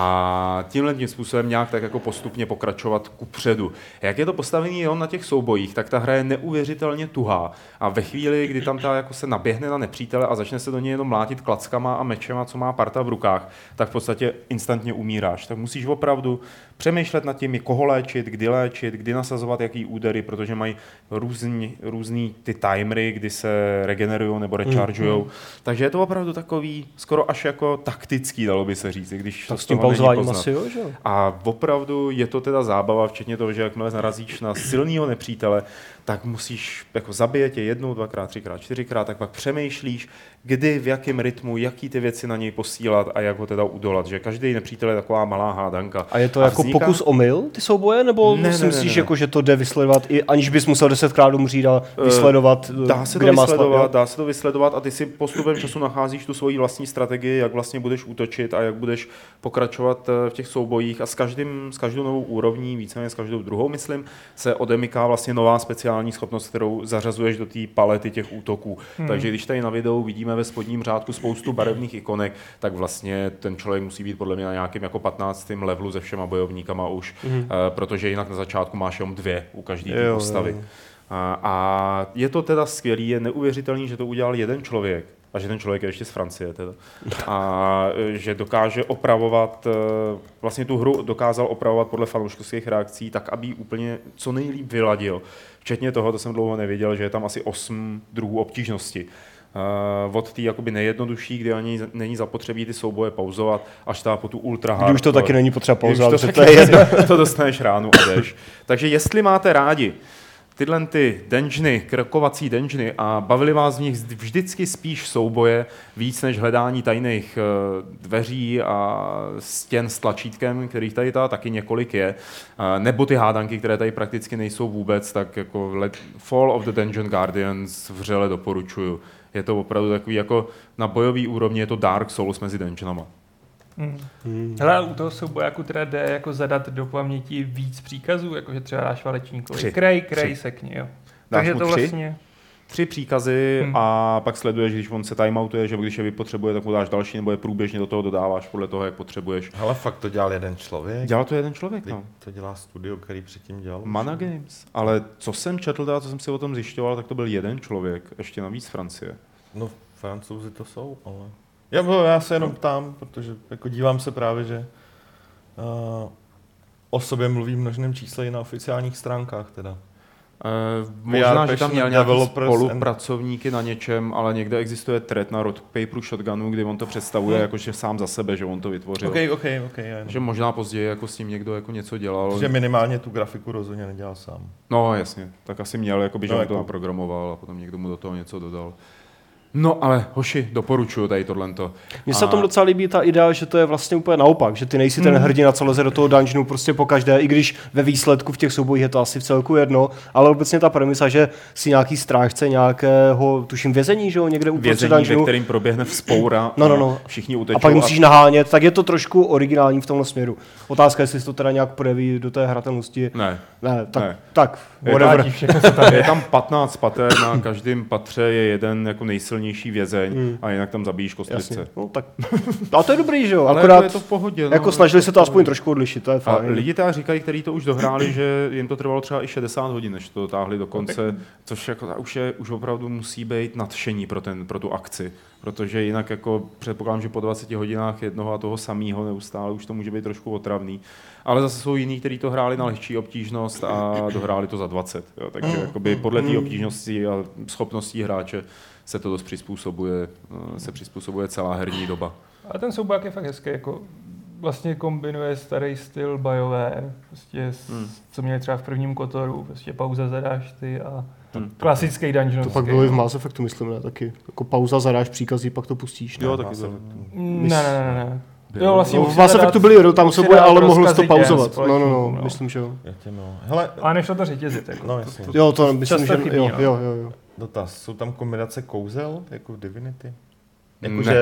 A tímhle tím způsobem nějak tak jako postupně pokračovat kupředu. Jak je to postavený jenom na těch soubojích, tak ta hra je neuvěřitelně tuhá. A ve chvíli, kdy tam ta jako se naběhne na nepřítele a začne se do něj jenom mlátit klackama a mečema, co má parta v rukách, tak v podstatě instantně umíráš. Tak musíš opravdu přemýšlet nad tím, koho léčit, kdy léčit, kdy nasazovat jaký údery, protože mají různý, různý ty timery, kdy se regenerují nebo rechargujou. Mm, mm. Takže je to opravdu takový skoro až jako taktický, dalo by se říct, když tak s tím pauzováním asi jo, že? A opravdu je to teda zábava, včetně toho, že jakmile narazíš na silného nepřítele, tak musíš jako zabíjet tě jednou, dvakrát, třikrát, čtyřikrát, tak pak přemýšlíš, kdy, v jakém rytmu, jaký ty věci na něj posílat a jak ho teda udolat, že každý nepřítel je taková malá hádanka. A je to a jako vzniká... pokus omyl, ty souboje, nebo ne, si myslíš, ne, ne, ne. Jako, že to jde vysledovat, i aniž bys musel desetkrát umřít a vysledovat, dá se kde to má vysledovat, slad, dá se to vysledovat a ty si postupem času nacházíš tu svoji vlastní strategii, jak vlastně budeš útočit a jak budeš pokračovat v těch soubojích a s, každým, s každou novou úrovní, víceméně s každou druhou, myslím, se odemyká vlastně nová speciální schopnost, kterou zařazuješ do té palety těch útoků. Hmm. Takže když tady na videu vidíme ve spodním řádku spoustu barevných ikonek, tak vlastně ten člověk musí být podle mě na nějakém jako patnáctém levelu se všema bojovníkama už, hmm. uh, protože jinak na začátku máš jenom dvě u každé té postavy. Jo, jo. A, a je to teda skvělý, je neuvěřitelný, že to udělal jeden člověk, a že ten člověk je ještě z Francie teda. A že dokáže opravovat, vlastně tu hru dokázal opravovat podle fanouškovských reakcí tak, aby ji úplně co nejlíp vyladil. Včetně toho, to jsem dlouho nevěděl, že je tam asi osm druhů obtížnosti. Uh, od té jakoby nejjednodušší, kdy ani není zapotřebí ty souboje pauzovat, až ta po tu ultra hardcore. Když už to taky není potřeba pauzovat, to, to je jedno. To dostaneš ránu a jdeš. Takže jestli máte rádi tyhle ty dungeony, krokovací dungeony a bavili vás z nich vždycky spíš souboje, víc než hledání tajných dveří a stěn s tlačítkem, kterých tady ta taky několik je, nebo ty hádanky, které tady prakticky nejsou vůbec, tak jako Fall of the Dungeon Guardians vřele doporučuju. Je to opravdu takový jako na bojový úrovni, je to Dark Souls mezi dungeonama. Hmm. Hmm. Hele, u toho soubojáku teda jde jako zadat do paměti víc příkazů, jakože třeba dáš valečníkovi krej, krej, sekni, jo. Takže to vlastně... Tři příkazy hmm. a pak sleduješ, když on se timeoutuje, že když je vypotřebuje, tak mu dáš další, nebo je průběžně do toho dodáváš podle toho, jak potřebuješ. Hele, fakt to dělal jeden člověk? Dělal to jeden člověk, no. To dělá studio, který předtím dělal? Mana Games. Ale co jsem četl, teda, co jsem si o tom zjišťoval, tak to byl jeden člověk, ještě navíc z Francie. No, Francouzi to jsou, ale... Já, já se jenom ptám, protože jako dívám se právě, že uh, o sobě mluví v množném čísle i na oficiálních stránkách teda. Uh, možná, že tam měl nějaký spolupracovníky na něčem, ale někde existuje thread na Road Paperu Shotgunu, kdy on to představuje hmm. jakože sám za sebe, že on to vytvořil. Okay, okay, okay, že možná později jako s tím někdo jako něco dělal. Že minimálně tu grafiku rozhodně nedělal sám. No jasně, tak asi měl, jakoby, že no, on jako... to naprogramoval a potom někdo mu do toho něco dodal. No ale hoši, doporučuju tady tohleto. Mně se a... tom docela líbí ta idea, že to je vlastně úplně naopak, že ty nejsi mm. ten hrdina, co leze do toho dungeonu prostě po každé, i když ve výsledku v těch soubojích je to asi v celku jedno, ale obecně ta premisa, že si nějaký strážce nějakého, tuším vězení, že jo, někde uprostřed dungeonu. Vězení, ve kterým proběhne vzpoura no, no, no. a všichni utečou. A pak musíš a... nahánět, tak je to trošku originální v tomhle směru. Otázka, jestli se to teda nějak projeví do té hratelnosti. Ne. Ne, tak, ne. tak je, tam, tam, je tam patnáct pater, na každém patře je jeden jako nejsilnější vězeň. Hmm. A jinak tam zabíjíš kostlice. No, tak. A to je dobrý, že jo? Ale akorát je to v pohodě. Jako no, snažili se to aspoň trošku odlišit, to je fajn. A lidi teda říkají, kteří to už dohráli, že jim to trvalo třeba i šedesát hodin, než to dotáhli do konce, okay. Což jako, už, je, už opravdu musí být nadšení pro, ten, pro tu akci. Protože jinak jako předpokládám, že po dvaceti hodinách jednoho a toho samého neustále už to může být trošku otravný. Ale zase jsou jiní, kteří to hráli na lehčí obtížnost a dohráli to za dvacet. Jo. Takže jakoby podle té obtížnosti a schopností hráče se to dost přizpůsobuje, se přizpůsobuje celá herní doba. A ten souboják je fakt hezký, jako vlastně kombinuje starý styl BioWare, prostě hmm. co měli třeba v prvním Kotoru, prostě pauza zadáš ty a hmm. klasický dungeon. To pak bylo i v Mass Effectu, myslím, ne, taky. Jako pauza zadáš příkazí, pak to pustíš. Ne? Jo, taky to. Ne, ne, ne, ne. Jo, vlastně no, v Mass Effectu byly tam souboje, ale mohl to pauzovat. No, no, no, no, myslím, že jo. Hele, ale nešlo to řetězit. Jako. No, jasně. Jo, to myslím, že jo, jo, jo, jo. Dotaz, jsou tam kombinace kouzel, jako v Divinity? Jako, ne, že... ne.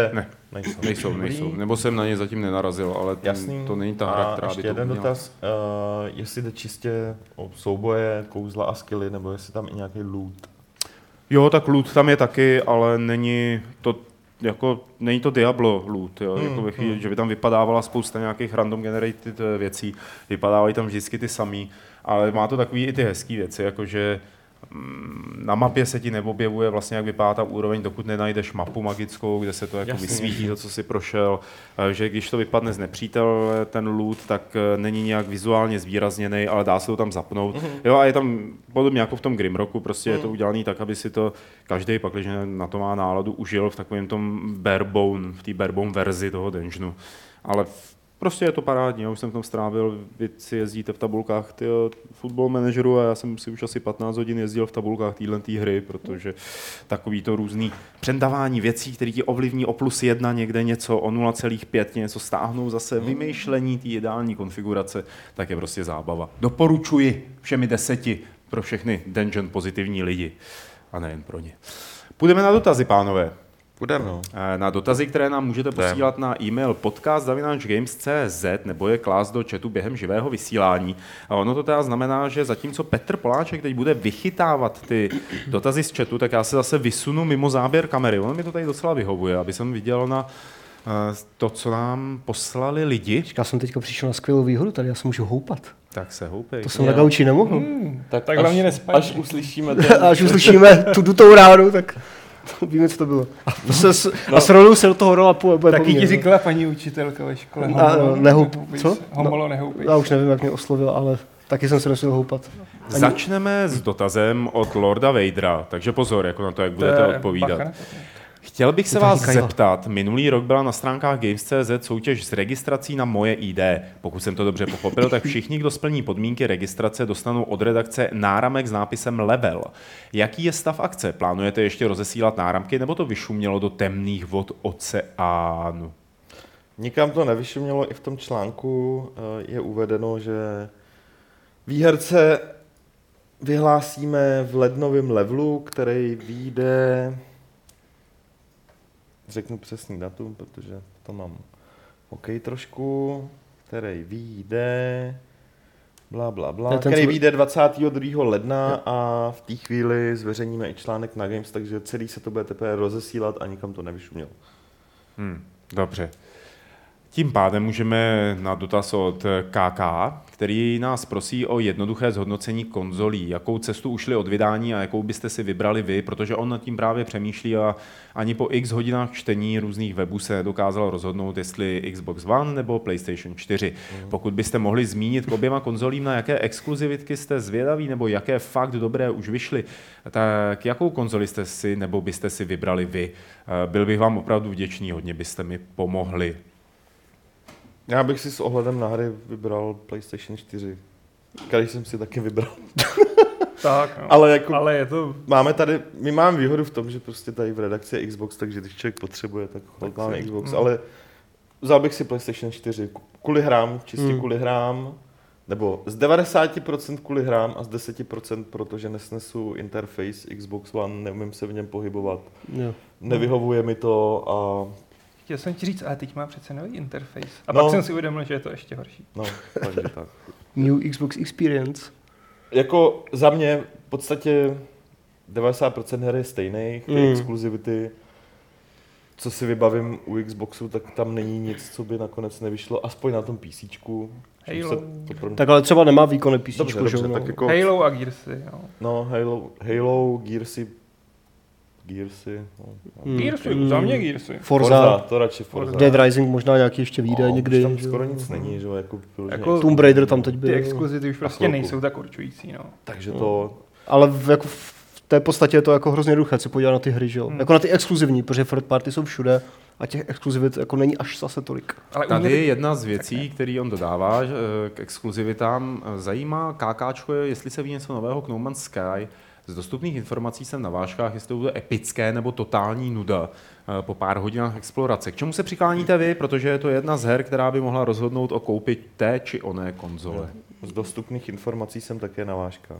Nejsou. Nejsou, nejsou. Nebo jsem na ně zatím nenarazil, ale ten, to není ta hra, která by to jeden uměla. dotaz, uh, jestli jde čistě o souboje, kouzla a skilly, nebo jestli tam i nějaký loot. Jo, tak loot tam je taky, ale není to jako, není to Diablo loot, jo? Hmm, jako ve chvíli, hmm. že by tam vypadávala spousta nějakých random generated věcí, vypadávají tam vždycky ty samý, ale má to takový i ty hezký věci, jakože na mapě se ti neobjevuje vlastně, jak vypadá ta úroveň, dokud nenajdeš mapu magickou, kde se to jako jasně, vysvítí, to, co si prošel, že když to vypadne z nepřítele, ten loot, tak není nějak vizuálně zvýrazněný, ale dá se to tam zapnout. Mm-hmm. Jo, a je tam podobně jako v tom Grimrocku, prostě mm. je to udělané tak, aby si to každý, pakliže na to má náladu, užil v takovém tom barebone, v té barebone verzi toho dungeonu. Ale prostě je to parádní, já už jsem v tom strávil, vy si jezdíte v tabulkách tyjo, Football Manageru a já jsem si už asi patnáct hodin jezdil v tabulkách téhle hry, protože takový to různý přendávání věcí, které ti ovlivní o plus jedna někde něco, o nula celá pět něco stáhnou, zase vymýšlení té ideální konfigurace, tak je prostě zábava. Doporučuji všemi deseti pro všechny dungeon pozitivní lidi a nejen pro ně. Půjdeme na dotazy, pánové. Budeme, no. Na dotazy, které nám můžete posílat na e-mail podcast zavináč games tečka cé zet nebo je klást do chatu během živého vysílání. A ono to teda znamená, že zatímco Petr Poláček teď bude vychytávat ty dotazy z chatu, tak já se zase vysunu mimo záběr kamery. Ono mi to tady docela vyhovuje, aby jsem viděl na to, co nám poslali lidi. Já jsem teďka přišel na skvělou výhodu, tady já se můžu houpat. Tak se houpej. To jsem na gauči nemohl. Hmm, tak tak hlavně nespadí. Až uslyšíme ten... Až uslyšíme tu dutou ránu, tak víme, co to bylo. A, se, no. a s rolou se do toho rola bude taky ti říkala paní učitelka ve škole. Homolo, nehoup, co? Homolo, nehoupej. Já už nevím, jak mě oslovil, ale taky jsem se nesil houpat. Ani... Začneme s dotazem od Lorda Vadera, takže pozor jako na to, jak budete to odpovídat. Bacha. Chtěl bych se vás zeptat, minulý rok byla na stránkách games tečka cé zet soutěž s registrací na moje í dé. Pokud jsem to dobře pochopil, tak všichni, kdo splní podmínky registrace, dostanou od redakce náramek s nápisem Level. Jaký je stav akce? Plánujete ještě rozesílat náramky, nebo to vyšumělo do temných vod oceánu? Nikam to nevyšumělo, i v tom článku je uvedeno, že výherce vyhlásíme v lednovém levelu, který vyjde... Řeknu přesný datum, protože to mám OK trošku, který vyjde, bla, bla, bla, který vyjde dvacátého druhého ledna a v té chvíli zveřejníme i článek na Games, takže celý se to bude teprve rozesílat a nikam to nevyšumělo. Hmm, dobře. Tím pádem můžeme na dotaz od K K, který nás prosí o jednoduché zhodnocení konzolí. Jakou cestu ušli od vydání a jakou byste si vybrali vy, protože on nad tím právě přemýšlí a ani po x hodinách čtení různých webů se nedokázal rozhodnout, jestli Xbox One nebo PlayStation čtyři. Mm. Pokud byste mohli zmínit k oběma konzolím, na jaké exkluzivitky jste zvědaví nebo jaké fakt dobré už vyšly, tak jakou konzoli jste si nebo byste si vybrali vy? Byl bych vám opravdu vděčný, hodně byste mi pomohli. Já bych si s ohledem na hry vybral PlayStation čtyři, který jsem si taky vybral. Tak, no. ale, jako ale je to... Máme tady, my máme výhodu v tom, že prostě tady v redakci je Xbox, takže když člověk potřebuje, tak, tak máme se... Xbox, hmm. ale vzal bych si PlayStation čtyři kvůli hrám, čistě hmm. kvůli hrám, nebo z devadesát procent kvůli hrám a z deset procent protože nesnesu interface Xbox One, neumím se v něm pohybovat, jo. Nevyhovuje mi to a... Chtěl jsem ti říct, ale teď má přece nový interface. A no. pak jsem si uvědomil, že je to ještě horší. No, takže tak. New Xbox Experience. Jako za mě v podstatě devadesát procent her je stejných, ty mm. exkluzivity. Co si vybavím u Xboxu, tak tam není nic, co by nakonec nevyšlo, aspoň na tom PCčku. Halo. Pro... Tak ale třeba nemá výkonné PCčko, dobře, dobře, že? Tak jako... Halo a Gearsy, jo. No, Halo, Halo Gearsy, Gearsy. No, mm. Gearsy, mm. za mě Gearsy. Forza, Forza, to radši Forza. Dead Rising možná nějaký ještě vyjde no, někdy. Tam skoro nic není, že jo, jako, jako Tomb Raider tam teď byl. Ty exkluzity už prostě nejsou tak určující, no. Takže to... Ale v, jako v té podstatě je to jako hrozně jednoduché se podívat na ty hry, že jo. Hmm. Jako na ty exkluzivní, protože third party jsou všude a těch exkluzivit jako není až zase tolik. Ale tady je jedna z věcí, který on dodává k exkluzivitám. Zajímá KKčko, jestli se ví něco nového k No Man's Sky. Z dostupných informací jsem na vážkách, jestli to bude epické nebo totální nuda po pár hodinách explorace. K čemu se přikláníte vy, protože je to jedna z her, která by mohla rozhodnout o koupi té či oné konzole? Z dostupných informací jsem také na vážkách.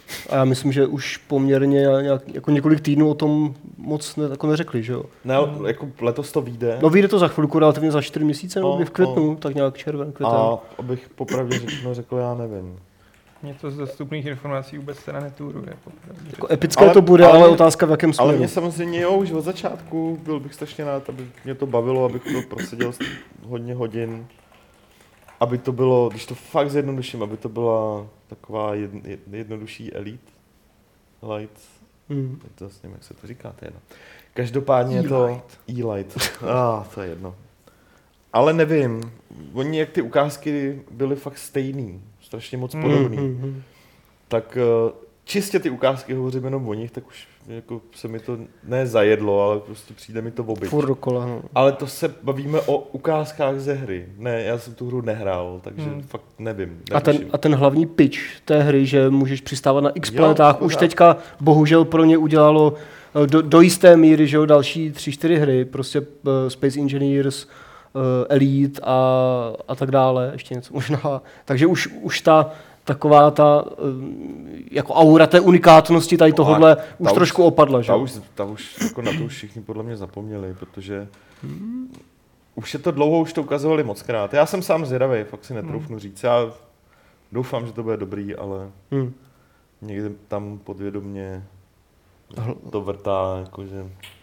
A já myslím, že už poměrně nějak, jako několik týdnů o tom moc ne, jako neřekli, že jo? Ne, jako letos to vyjde. No vyjde to za chvilku, relativně za čtyři měsíce, No, no, v květnu, no. tak nějak červen, květen. A abych popravdě řečeno řekl, já nevím. Mě to z dostupných informací vůbec teda netůruje. Jako epické Ale- to bude, ale ale, mě- otázka v jakém Ale směru. mě samozřejmě, jo, už od začátku byl bych strašně rád, aby mě to bavilo, abych to proseděl hodně hodin. Aby to bylo, když to fakt zjednoduším, aby to byla taková jedn, jednodušší Elite Light. Hmm. To vlastně, jak se to říká, to je jedno. Každopádně je to E-Light. Ah, to je jedno. Ale nevím, oni jak ty ukázky byly fakt stejný, strašně moc Hmm, podobný. Hmm, hmm. Tak uh, čistě ty ukázky, hovořím jenom o nich, tak už jako se mi to ne zajedlo, ale prostě přijde mi to obyč. Furt dokola, no. Ale to se bavíme o ukázkách ze hry. Ne, já jsem tu hru nehrál, takže Hmm. hmm. fakt nevím. A ten, netuším. a ten hlavní pitch té hry, že můžeš přistávat na X Jo, planetách, už pořád. teďka bohužel pro ně udělalo eh, do, do jisté míry, že jo, další tři, čtyři hry, prostě uh, Space Engineers, uh, Elite a, a tak dále, ještě něco možná. Takže už, už ta taková ta uh, jako aura té unikátnosti tady No a tohohle ta už už- trošku opadla, že Ta jo? už, ta už jako na to už všichni podle mě zapomněli, protože hmm. už je to dlouho, už to ukazovali mockrát. Já jsem sám zvědavý, fakt si netroufnu říct. Já doufám, že to bude dobrý, ale Hmm. někde tam podvědomě to vrtá, jakože...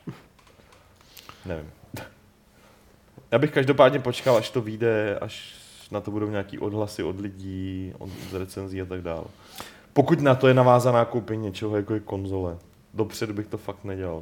Nevím. Já bych každopádně počkal, až to vyjde, až na to budou nějaký odhlasy od lidí, od z recenzí a tak dále. Pokud na to je navázaná koupení něčeho, jako je konzole. Dopředu bych to fakt nedělal.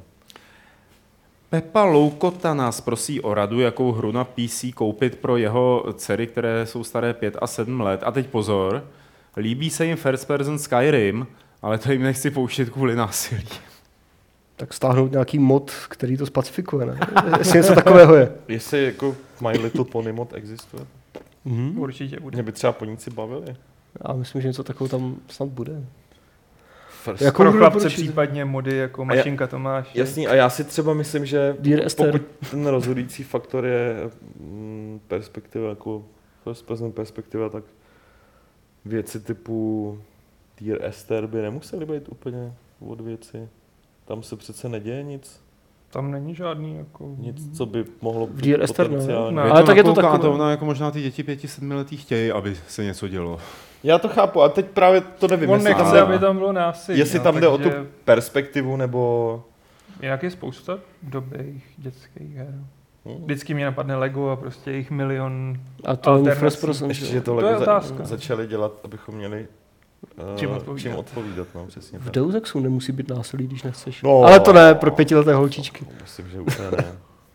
Pepa Loukota nás prosí o radu, jakou hru na P C koupit pro jeho dcery, které jsou staré pět a sedm let. A teď pozor, líbí se jim first person Skyrim, ale to jim nechci pouštět kvůli násilí. Tak stáhnout nějaký mod, který to spacifikuje, ne? Jestli něco takového je. Jestli jako My Little Pony mod existuje, Mhm. Určitě bude. mě by třeba poníci bavili. Já myslím, že něco takového tam snad bude. First. Jako- Pro hru chlapce doporučíte? případně mody jako já- Mašinka Tomáš. Jasný, a já si třeba myslím, že Dear Esther. pokud ten rozhodující faktor je mm, perspektiva, jako first person perspektiva, tak věci typu Dear Esther by nemusely být úplně od věci. Tam se přece neděje nic, Tam není žádný jako... nic, co by mohlo V Dear Esther ne. potenciálně. Ne. Je Ale to tak je to nakouká, takové. ono jako možná ty děti pěti, sedmiletí chtějí, aby se něco dělo. Já to chápu, a teď právě to nevím, On jestli tam, nechce, jde, aby tam bylo násilí. jestli no, tam jde o tu takže perspektivu, nebo... Jinak je spousta dobrých dětských her. Hmm. Vždycky mě napadne Lego a prostě jich milion. A to není Alternací. first person. Ještě, že že jo? to To je Lego za, otázka. začali dělat, abychom měli uh, Čím odpovídat. čím odpovídat, no, přesně V tak. Deus Exu nemusí být násilí, když nechceš. No. Ale to ne, pro pětileté holčičky. Myslím, že úplně ne.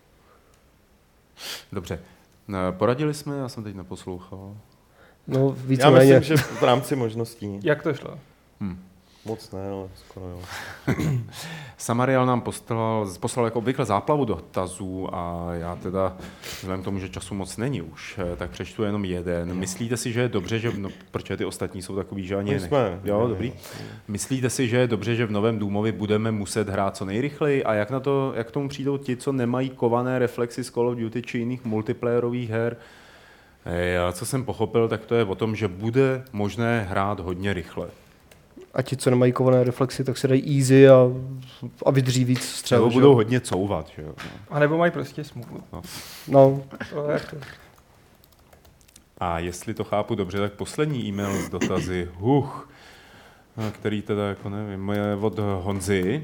Dobře. Ne, Poradili jsme, já jsem teď neposlouchal. No Já víceméně. myslím, že v rámci možností. Jak to šlo? Moc ne, ale skoro jo. Samariel nám poslal, poslal jako obvykle záplavu dotazů a já teda, vzhledem k tomu, že času moc není už, tak přečtu jenom jeden. Myslíte si, že je dobře, že, no, protože ty ostatní jsou takový, že ani My ne. jsme. Jo, dobrý. Myslíte si, že je dobře, že v novém Doomovi budeme muset hrát co nejrychleji a jak na to, jak k tomu přijdou ti, co nemají kované reflexy z Call of Duty či jiných multiplayerových her? Já, co jsem pochopil, tak to je o tom, že bude možné hrát hodně rychle. A ti, co nemají kované reflexy, tak se dají easy a, a vydří víc střel. Nebo že budou jo? hodně couvat, že jo. A nebo mají prostě smůlu. No, To je to. A jestli to chápu dobře, tak poslední e-mail s dotazy, huch, který teda jako nevím, je od Honzy.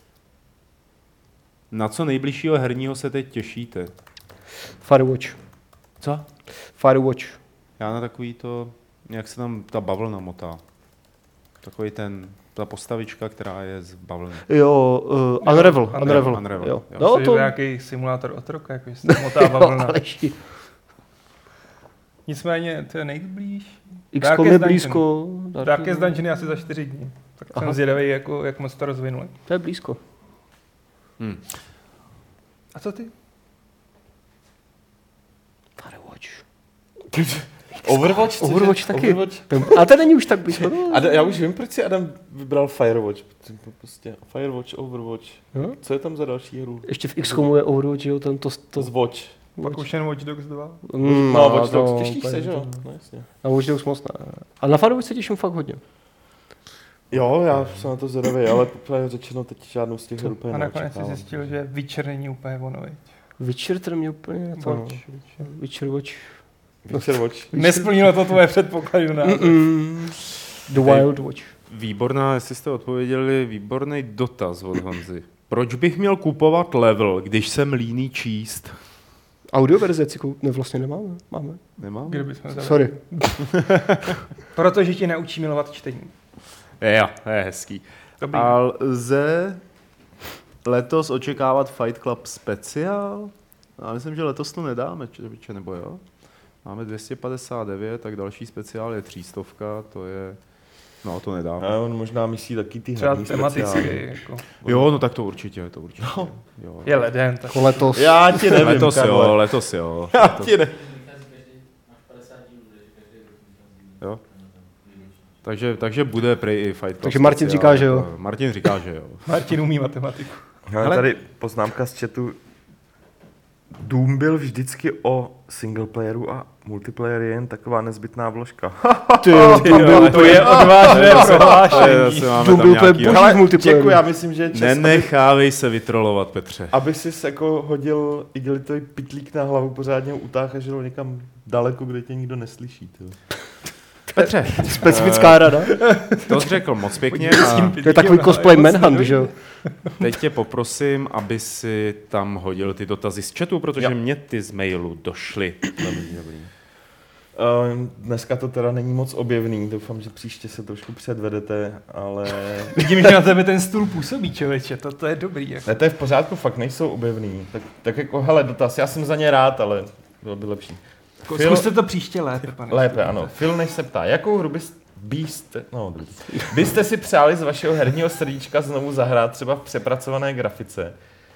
Na co nejbližšího herního se teď těšíte? Firewatch. Co? Firewatch. Já na takový to, jak se tam ta bavlna motá. Takový ten, ta postavička, která je z bavlny. Jo, uh, Unravel. Unravel, Unravel. Unravel, Jo. jo. No, To to... nějaký simulátor otroka, jako se tam motá bavlna. Aleši. Nicméně, to je nejblíž. X COM Darkest je Dungeon. blízko. Darkest Dungeon je asi za čtyři dní. Tak jsem Aha. zvědavý, jako, jak moc to rozvinuli. To je blízko. Hm. A co ty? Firewatch. Overwatch? cože? Overwatch taky. Overwatch? A to není už tak blízko. Ada, já už vím, proč si Adam vybral Firewatch. protože to Prostě Firewatch, Overwatch. Jo? Co je tam za další hru? Ještě v X COMu je Overwatch, jo, ten to... to... Z Watch. Pak už jen Watch Dogs dva. Mm, No, a Watch Dogs, to- těšíš to se, je- že jo? No jasně. Na Watch Dogs moc ne. A na Firewatch se těším fakt hodně. Jo, já jsem na to zvědavý, ale úplně řečeno teď žádnou z těch her úplně A nakonec si neočekávám. zjistil, že Witcher není úplně ono, viď? Witcher to mě úplně na to. Watch. Witcher Watch. Witcher Watch. Nesplnilo to tvoje předpoklady na The Wild Watch. Výborná, jestli jste odpověděli, výborný dotaz od Honzy. Proč bych měl kupovat level, když jsem líný číst? Audioverze ciku ne, vlastně nemáme. Máme. Nemám? Kde bychom zavřeli? Sorry. Protože tě naučí milovat čtení. Jo, to je hezký. Dobrý. A lze letos očekávat Fight Club speciál? Já myslím, že letos to nedáme, če, nebo jo? Máme dvě stě padesát devět, tak další speciál je tři sta, to je... No, to nedáme. A on možná myslí taky ty Třeba herní tematicky. speciály. Jako. Jo, no tak to určitě, to určitě. Jo, jo. Je leden, tak Jako letos. Já ti nevím, Letos Karle. jo, letos jo. Já ti nevím. Jo. Takže, takže bude prej i Fight Club Takže Martin speciál, říká, že jo. jako- Martin říká, že jo. Martin umí matematiku. Ale Ale- tady poznámka z chatu. Doom byl vždycky o singleplayeru a multiplayer je jen taková nezbytná vložka. Ty jo, to byl To je odvážné To je, prohlášení. zase máme To tam byl úplně nějaký... boží. Ale multiplayeru. Čeku, já myslím, že je čas, aby, Nenechávej se vytrolovat, Petře. aby jsi jako hodil igelitový pitlík na hlavu, pořádně ho utáhl a žil někam daleko, kde tě nikdo neslyší. Tyjo. Petře, specifická rada. to jsi řekl moc pěkně a To je takový cosplay Manhunt, že jo? teď tě poprosím, aby si tam hodil ty dotazy z chatu, protože Jo. mě ty z mailu došly. Dobrý, dobrý. Uh, dneska to teda není moc objevný, doufám, že příště se trošku předvedete, ale... Vidím, že na tebe ten stůl působí, člověče, to, to je dobrý. Jako. Ne, to je v pořádku, fakt nejsou objevný. Tak, tak jako, hele, dotaz, já jsem za ně rád, ale bylo by lepší. Phil- Zkuste to příště lépe, pane. Lépe, ano. Phil než se ptá, jakou hru bys, byste, no, dobrý. byste si přáli z vašeho herního srdíčka znovu zahrát třeba v přepracované grafice?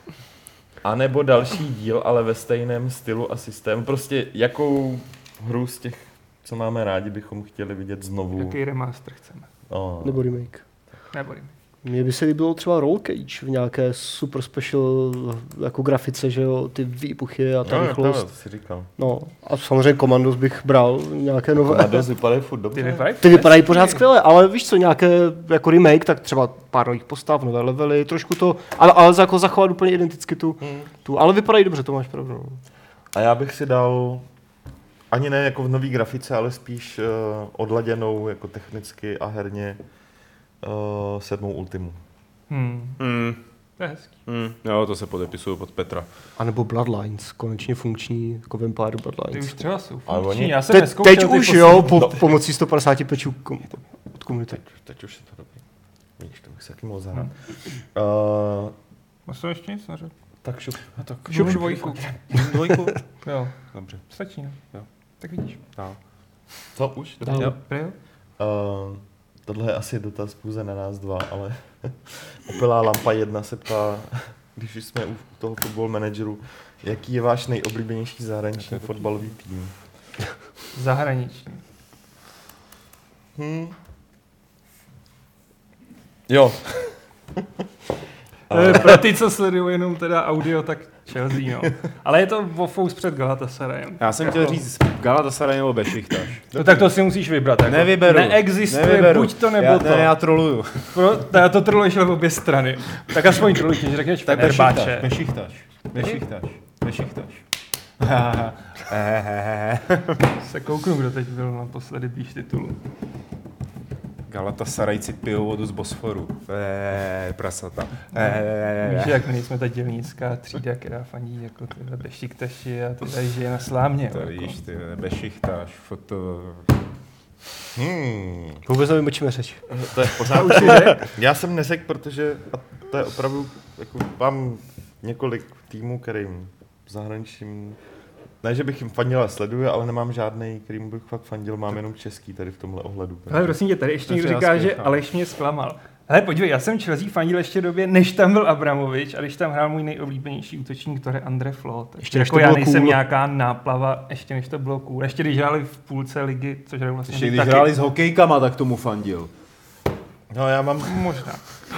A nebo další díl, ale ve stejném stylu a systému? Prostě jakou hru z těch, co máme rádi, bychom chtěli vidět znovu? Jaký remaster chceme? No. Nebo remake. Nebo remake. Mně by se líbilo třeba Roll Cage v nějaké super special jako grafice, že jo, ty výbuchy a ta No, rychlost. to, to si říkal. No a samozřejmě Commandos bych bral, nějaké nové. Commandos vypadají furt Ty dobře. vypadají, Ty vypadají pořád skvěle, ale víš co, nějaké jako remake, tak třeba pár nových postav, nové levely, trošku to, ale, ale jako zachovat úplně identicky tu, Hmm. tu, ale vypadají dobře, to máš pravdu. No. A já bych si dal ani ne jako v nový grafice, ale spíš uh, odladěnou jako technicky a herně uh, sedmou Ultimu. Hmm, Hmm, to je hezký. hmm, jo, to se podepisuju pod Petra. A nebo Bloodlines, konečně funkční, jako Vampire Ty Bloodlines. už třeba jsou Ale funkční, oni- já jsem Te, neskoušel teď ty už poslední. jo, po, pomocí sto padesát pečů kom, od komunity. Teď, teď už je to dobrý. Vidíš, to bych se taky mohl zahrát. No. Uh, Máš to ještě nic neřekl? tak šup. A tak Šup, šup, dvojku. Dvojku? Jo, Dobře. stačí, no. Jo. Tak vidíš. Dál. Co už? Dál. Jo. Jo. Uh, tohle je asi dotaz pouze na nás dva, ale Opelá lampa jedna se ptá, když už jsme u toho football manageru, jaký je váš nejoblíbenější zahraniční fotbalový tým? Zahraniční. Hmm. Jo. Eh, Pro ty, co sledují jenom teda audio, tak Chelsea, no. Ale je to Wofous před Galatasarayem. Já jsem chtěl říct Galatasaray nebo Bešiktaš. No tak to si musíš vybrat. Jako. Nevyberu. Neexistuje Nevyberu. buď to nebo já, to. Ne, já troluju. Pro, já to troluješ v obě strany. Tak aspoň troluj, když řekneš Tak Fenerbahce. Bešiktaš. Bešiktaš. Bešiktaš. Se kouknu, kdo teď byl naposledy blíž titulu. Galatasarajci pijou vodu z Bosforu. Eee, prasata. Eee. Víš, jak my nejsme ta dělnická třída, která fandí jako tyhle Bešiktaši a ty tady žije na slámě. To jako. víš, ty Bešiktaš, foto... Hmm. Vůbec nevím, o čem je řeč. To je v pořádku. Já jsem neřekl, protože a to je opravdu, jako mám několik týmů, kterým zahraničím, ne, že bych jim fandil a sleduju, ale nemám žádný, kterým bych fakt fandil, mám jenom český tady v tomhle ohledu. Ale prosím tě, tady ještě Takže někdo já říká, že spěchám. Aleš mě zklamal. Ale podívej, já jsem Chelsea fandil ještě v době, než tam byl Abramovič a když tam hrál můj nejoblíbenější útočník, to je Andre Flo. Tak Ještě než jako to já bylo nejsem cool. nějaká náplava, ještě než to bylo cool. Ještě když hráli v půlce ligy, což hrajou vlastně Ještě když taky. hráli s hokejkama, tak tomu fandil. No já mám, Možná.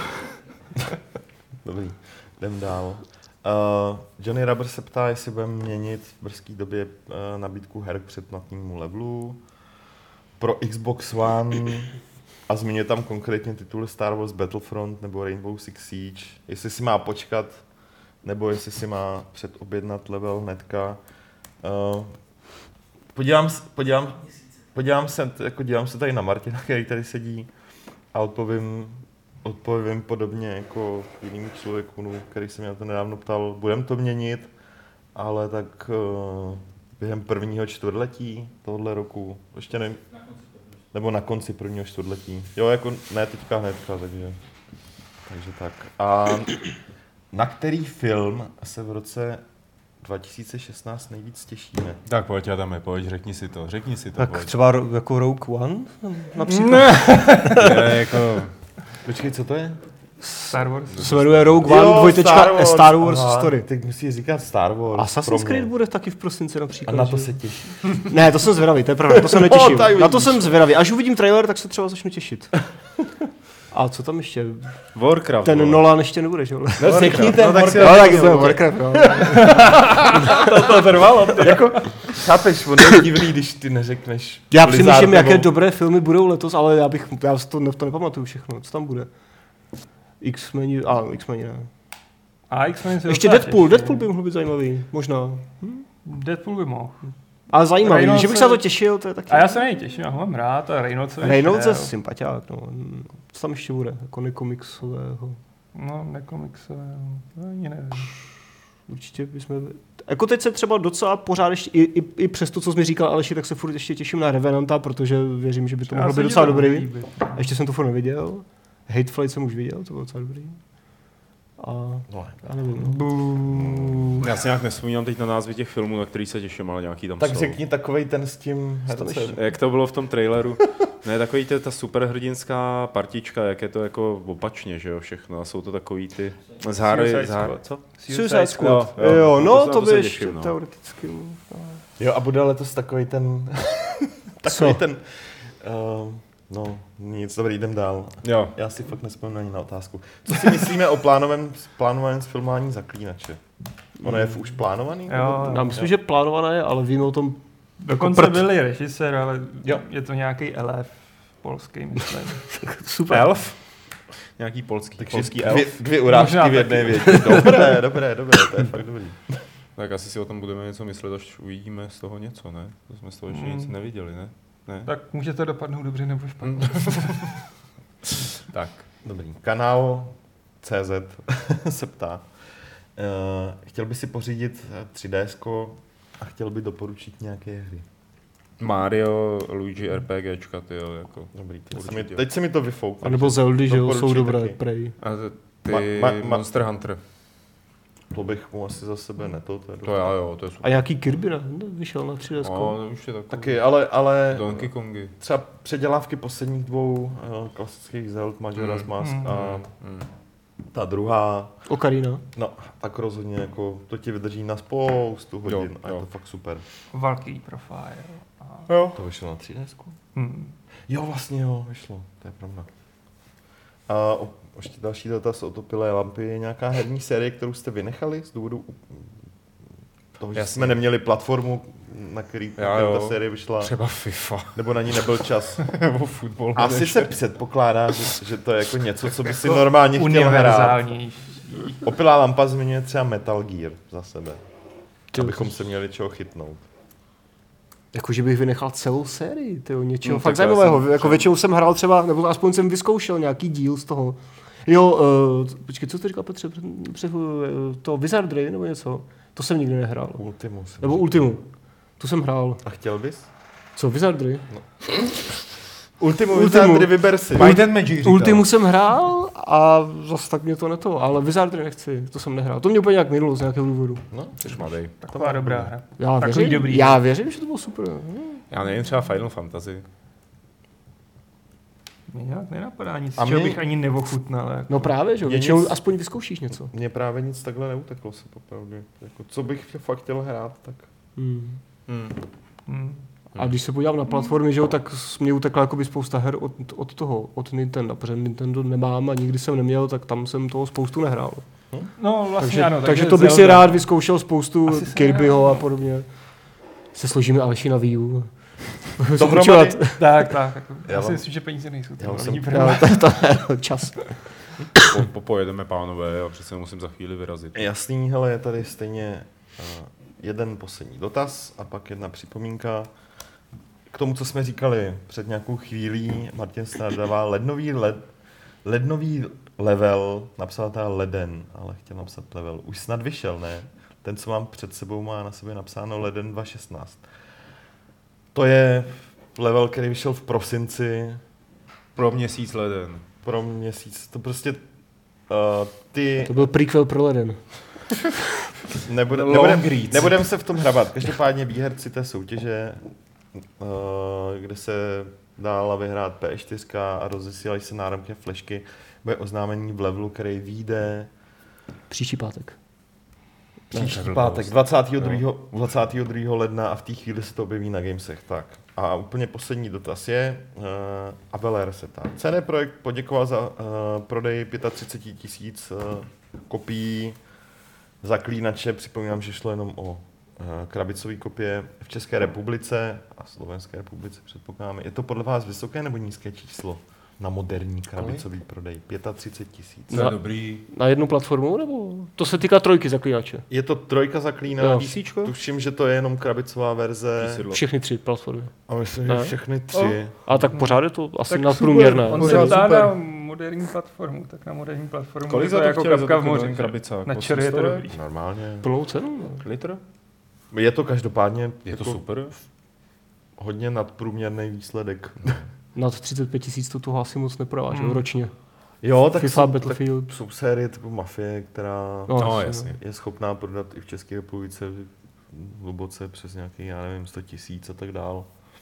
dobrý, jdem dál. Uh, Johnny Rubber se ptá, jestli budeme měnit v brzké době uh, nabídku her k předplatnému levelu. Pro Xbox One a zmiňuje tam konkrétně tituly Star Wars Battlefront nebo Rainbow Six Siege, jestli si má počkat, nebo jestli si má předobjednat level hnedka. Uh, podívám, podívám, podívám, se, jako dívám se tady na Martina, který tady sedí a odpovím, odpovím podobně jako jinému člověku, který se mě na to nedávno ptal, budem to měnit, ale tak uh, během prvního čtvrtletí tohohle roku, ještě nevím, nebo na konci prvního čtvrtletí. Jo, jako ne teďka hnedka, takže, takže tak. A na který film se v roce dva tisíce šestnáct nejvíc těšíme? Tak pojď, Adame, pojď, řekni si to, řekni si to. Tak pojď. třeba ro- jako Rogue One například? Ne. Je, jako... Počkej, co to je? Star Wars. To se jmenuje Rogue One, dvojtečka Star Wars, Star Wars Aha, Story. Teď musíš říkat Star Wars. Assassin's Creed bude taky v prosinci například. A na to že? se těší. Ne, to jsem zvědavý, to je pravda, to se netěším. No, Na to jsem zvědavý. Až uvidím trailer, tak se třeba začnu těšit. A co tam ještě? Warcraft. Ten vole. Nolan ještě nebude, že jo? No, řekni ten No, tak si- No, tak to je Warcraft, jo. to, to trvalo. Jako, chápeš, on je divný, když ty neřekneš. Já Blizzard přemýšlím, jaké nebo- dobré filmy budou letos, ale já bych, já si to, ne, to nepamatuju všechno. Co tam bude? X-Men, a X-Men ne. A X-Men se Ještě docela Deadpool, těší. Deadpool by mohl být zajímavý, možná. Deadpool by mohl. Ale zajímavý, Reynolds že bych se na to těšil, to je taky. A já se na něj těším, já ho mám rád a Reynolds je Reynolds je šedel. sympatiák, no. Co tam ještě bude? Jako nekomiksového. No, nekomiksové, no, ani nevím. Určitě bychom... Jako teď se třeba docela pořád ještě, i, i, i přes to, co jsi mi říkal, Aleši, tak se furt ještě těším na Revenanta, protože věřím, že by to Já mohlo se být docela divím, dobrý. líbí. A ještě jsem to furt neviděl. Hateflight jsem už viděl, to bylo docela dobrý. A No, já nevím, no. Já si nějak nespomínám teď na názvy těch filmů, na který se těším, ale nějaký tam tak jsou. řekni takovej ten s tím hercem. Jak to bylo v tom traileru? Ne, takový ty, ta superhrdinská partička, jak je to jako opačně, že jo, všechno. A jsou to takový ty z Harry, Suicide z Harry, Squad. co? Suicide Squad. Jo, Jo, jo, jo, na no to- na to to se by těším, ještě no. teoreticky. no. Jo, a bude letos takový ten... takový Co? ten... Uh, no, nic, dobrý, jdem dál. Jo. Já si fakt nespomínám ani na otázku. Co si myslíme o plánovém, plánovaném zfilmování Zaklínače? Ono je už plánovaný? Jo, Já myslím, že plánované je, ale víme o tom Dokonce prd. byl i režisér, ale Jo. je to nějaký elef polský, myslím. super. Elf? Nějaký polský, Takže polský dvě, elf? dvě urážky Možná v jedné taky. větě. Dobré, dobré, dobré, to je fakt dobrý. Tak asi si o tom budeme něco myslet, až uvidíme z toho něco, ne? To jsme z toho ještě Mm. nic neviděli, ne? Ne? Tak může to dopadnout dobře nebo špatně. Tak. Dobrý. Kanál C Z se ptá. Uh, chtěl by si pořídit tři D sko a chtěl by doporučit nějaké hry. Mario, Luigi, RPGčka, tyjo, jako. Dobrý, teď se, mi, Určitě. teď se mi to vyfouklo. A nebo Zeldy, že jo, Doporučuji jsou dobré, taky. prej. A ty Ma- ma- ma- Monster Hunter. To bych mu asi za sebe neto, to je To dobré. já jo, to je A super. nějaký Kirby ne? No, vyšel na tři D S. No, to už je takový. Taky, ale, ale Donkey Kongy. třeba předělávky posledních dvou uh, klasických Zeld, Majora's Mm. Mask Mm. a Mm. ta druhá, Ocarina. no tak rozhodně jako to ti vydrží na spoustu hodin Jo, a je jo. to fakt super. Valkyrie Profile. A... Jo. To vyšlo na tři D sku? Hmm. Jo, vlastně jo, vyšlo, to je pravda. A o, ještě další dotaz o Topilé lampy. Je nějaká herní série, kterou jste vynechali z důvodu toho, že Jasně. jsme neměli platformu, na který Já ta jo. série vyšla, Třeba FIFA. nebo na ní nebyl čas. Nebo fotbal. Asi se předpokládá, že, že to je jako něco, co by si normálně chtěl hrát. Univerzálnější. Opilá lampa zmiňuje třeba Metal Gear za sebe, Ty- abychom se měli čeho chytnout. Jakože bych vynechal celou sérii, tyjo, něčeho Hmm, fakt tak já zajímavého. jsem- Jako většinou jsem hrál třeba, nebo aspoň jsem vyzkoušel nějaký díl z toho. Jo, uh, počkej, co jsi říkal, Petře, před, před, uh, to Wizardry nebo něco? To jsem nikdy nehrál. Ultimu. jsem Nebo říkal. Ultimu. Tu jsem hrál. A chtěl bys? Co, Wizardry? Ultimu, Ultimu. Wizardry, vyber si. Might and Magic říkal. Ultimu jsem hrál a zase tak mě to neto, ale Wizardry nechci, to jsem nehrál. To mě úplně nějak minulo z nějakého důvodu. No, Jsi šmadej. Taková dobrá hra. Já Takový věřím, dobrý. já věřím, že to bylo super. Já nevím, třeba Final Fantasy. Mě nějak nenapadá nic, A z čeho mě- bych ani neochutnal. Jako. No právě, že jo, Je většinou nic- aspoň vyzkoušíš něco. mně právě nic takhle neuteklo se popravdě. Jako, co bych fakt chtěl hrát, tak... Hmm. Hmm. Hmm. A když se podívám na platformy, že jo, tak s- mě utekla jakoby spousta her od, od toho, od Nintendo, protože Nintendo nemám a nikdy jsem neměl, tak tam jsem toho spoustu nehrál. No vlastně Takže, ano. takže to bych si Zelda. rád vyzkoušel spoustu Asi se Kirbyho nehrál. a podobně. Se složíme Aleši na Wii U. Dohromady. Tak, tak. Jako, já, já si vám... myslím, že peníze nejsou. Já jsem... to, to je čas. Po, popojedeme, pánové, a přece musím za chvíli vyrazit. Jasný, hele, je tady stejně uh, jeden poslední dotaz a pak jedna připomínka. K tomu, co jsme říkali před nějakou chvílí, Martin snad dává lednový, led, lednový level, napsal teda leden, ale chtěl napsat level. Už snad vyšel, ne? Ten, co mám před sebou, má na sobě napsáno leden dva tisíce šestnáct. To je level, který vyšel v prosinci. Pro měsíc leden. Pro měsíc. To prostě uh, ty... To byl prequel pro leden. Nebude, nebudem, nebudem se v tom hrabat. Každopádně výherci té soutěže, uh, kde se dála vyhrát P čtyři a rozesílají se náramky a flešky, bude oznámení v levelu, který vyjde příští pátek. Příští pátek, dvacátého druhého dvacátého druhého ledna a v té chvíli se to objeví na Gamesech. Tak. A úplně poslední dotaz je, uh, Abeler se ptá. C D Projekt poděkoval za uh, prodej třicet pět tisíc uh, kopií Zaklínače. Připomínám, že šlo jenom o uh, krabicové kopie v České republice a Slovenské republice, předpokládám. Je to podle vás vysoké nebo nízké číslo na moderní krabicový prodej? třicet pět tisíc. Na, dobrý. Na jednu platformu, nebo to se týká trojky Zaklínače? Je to trojka Zaklínač. Tuším, že to je jenom krabicová verze. Všechny tři platformy. A myslím, že všechny tři. Oh. A tak pořád je to asi nadprůměrné. On se dá na moderní platformu, tak na moderní platformu. Kolik za to jako chtěl kapka v moři? Krabicák? Na čer je to dobrý. Normálně. Plnou cenu? Litr? Je to každopádně je jako to super. Hodně nadprůměrný výsledek. Nad třicet pět tisíc to toho asi moc neprodáváš hmm. ročně. Jo, tak FIFA, jsou, Battlefield. Tak jsou série typu Mafie, která no, no, jasně. je schopná prodat i v České republice hluboce přes nějaký, já nevím, sto tisíc a tak dál.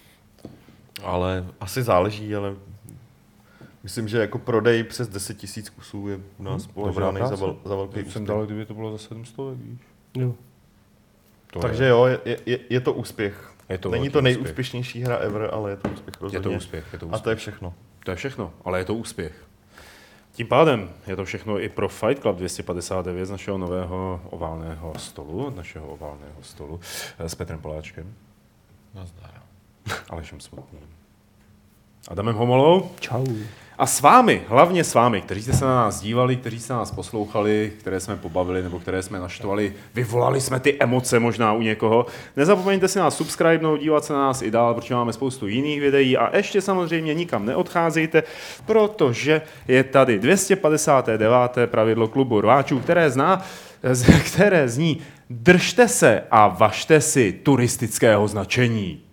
Ale asi záleží, ale myslím, že jako prodej přes deset tisíc kusů je u nás hmm, považovaný za, vel, za velký úspěch. Jsem dal, kdyby to bylo za sedm set, víš. Jo. To Takže je. jo, je, je, je to úspěch. Je to Není to nejúspěšnější hra ever, ale je to úspěch rozhodně. Je to úspěch, je to úspěch. A to je všechno. To je všechno, ale je to úspěch. Tím pádem je to všechno i pro Fight Club dvě stě padesát devět z našeho nového oválného stolu, našeho oválného stolu s Petrem Poláčkem. Nazdar. Alešem Smutným. Adamem Homolou. Čau. A s vámi, hlavně s vámi, kteří jste se na nás dívali, kteří jste nás poslouchali, které jsme pobavili nebo které jsme naštvali, vyvolali jsme ty emoce možná u někoho. Nezapomeňte si nás subscribenout, dívat se na nás i dál, protože máme spoustu jiných videí a ještě samozřejmě nikam neodcházejte, protože je tady dvě stě padesát devět pravidlo klubu rváčů, které zná, které zní: držte se a važte si turistického značení.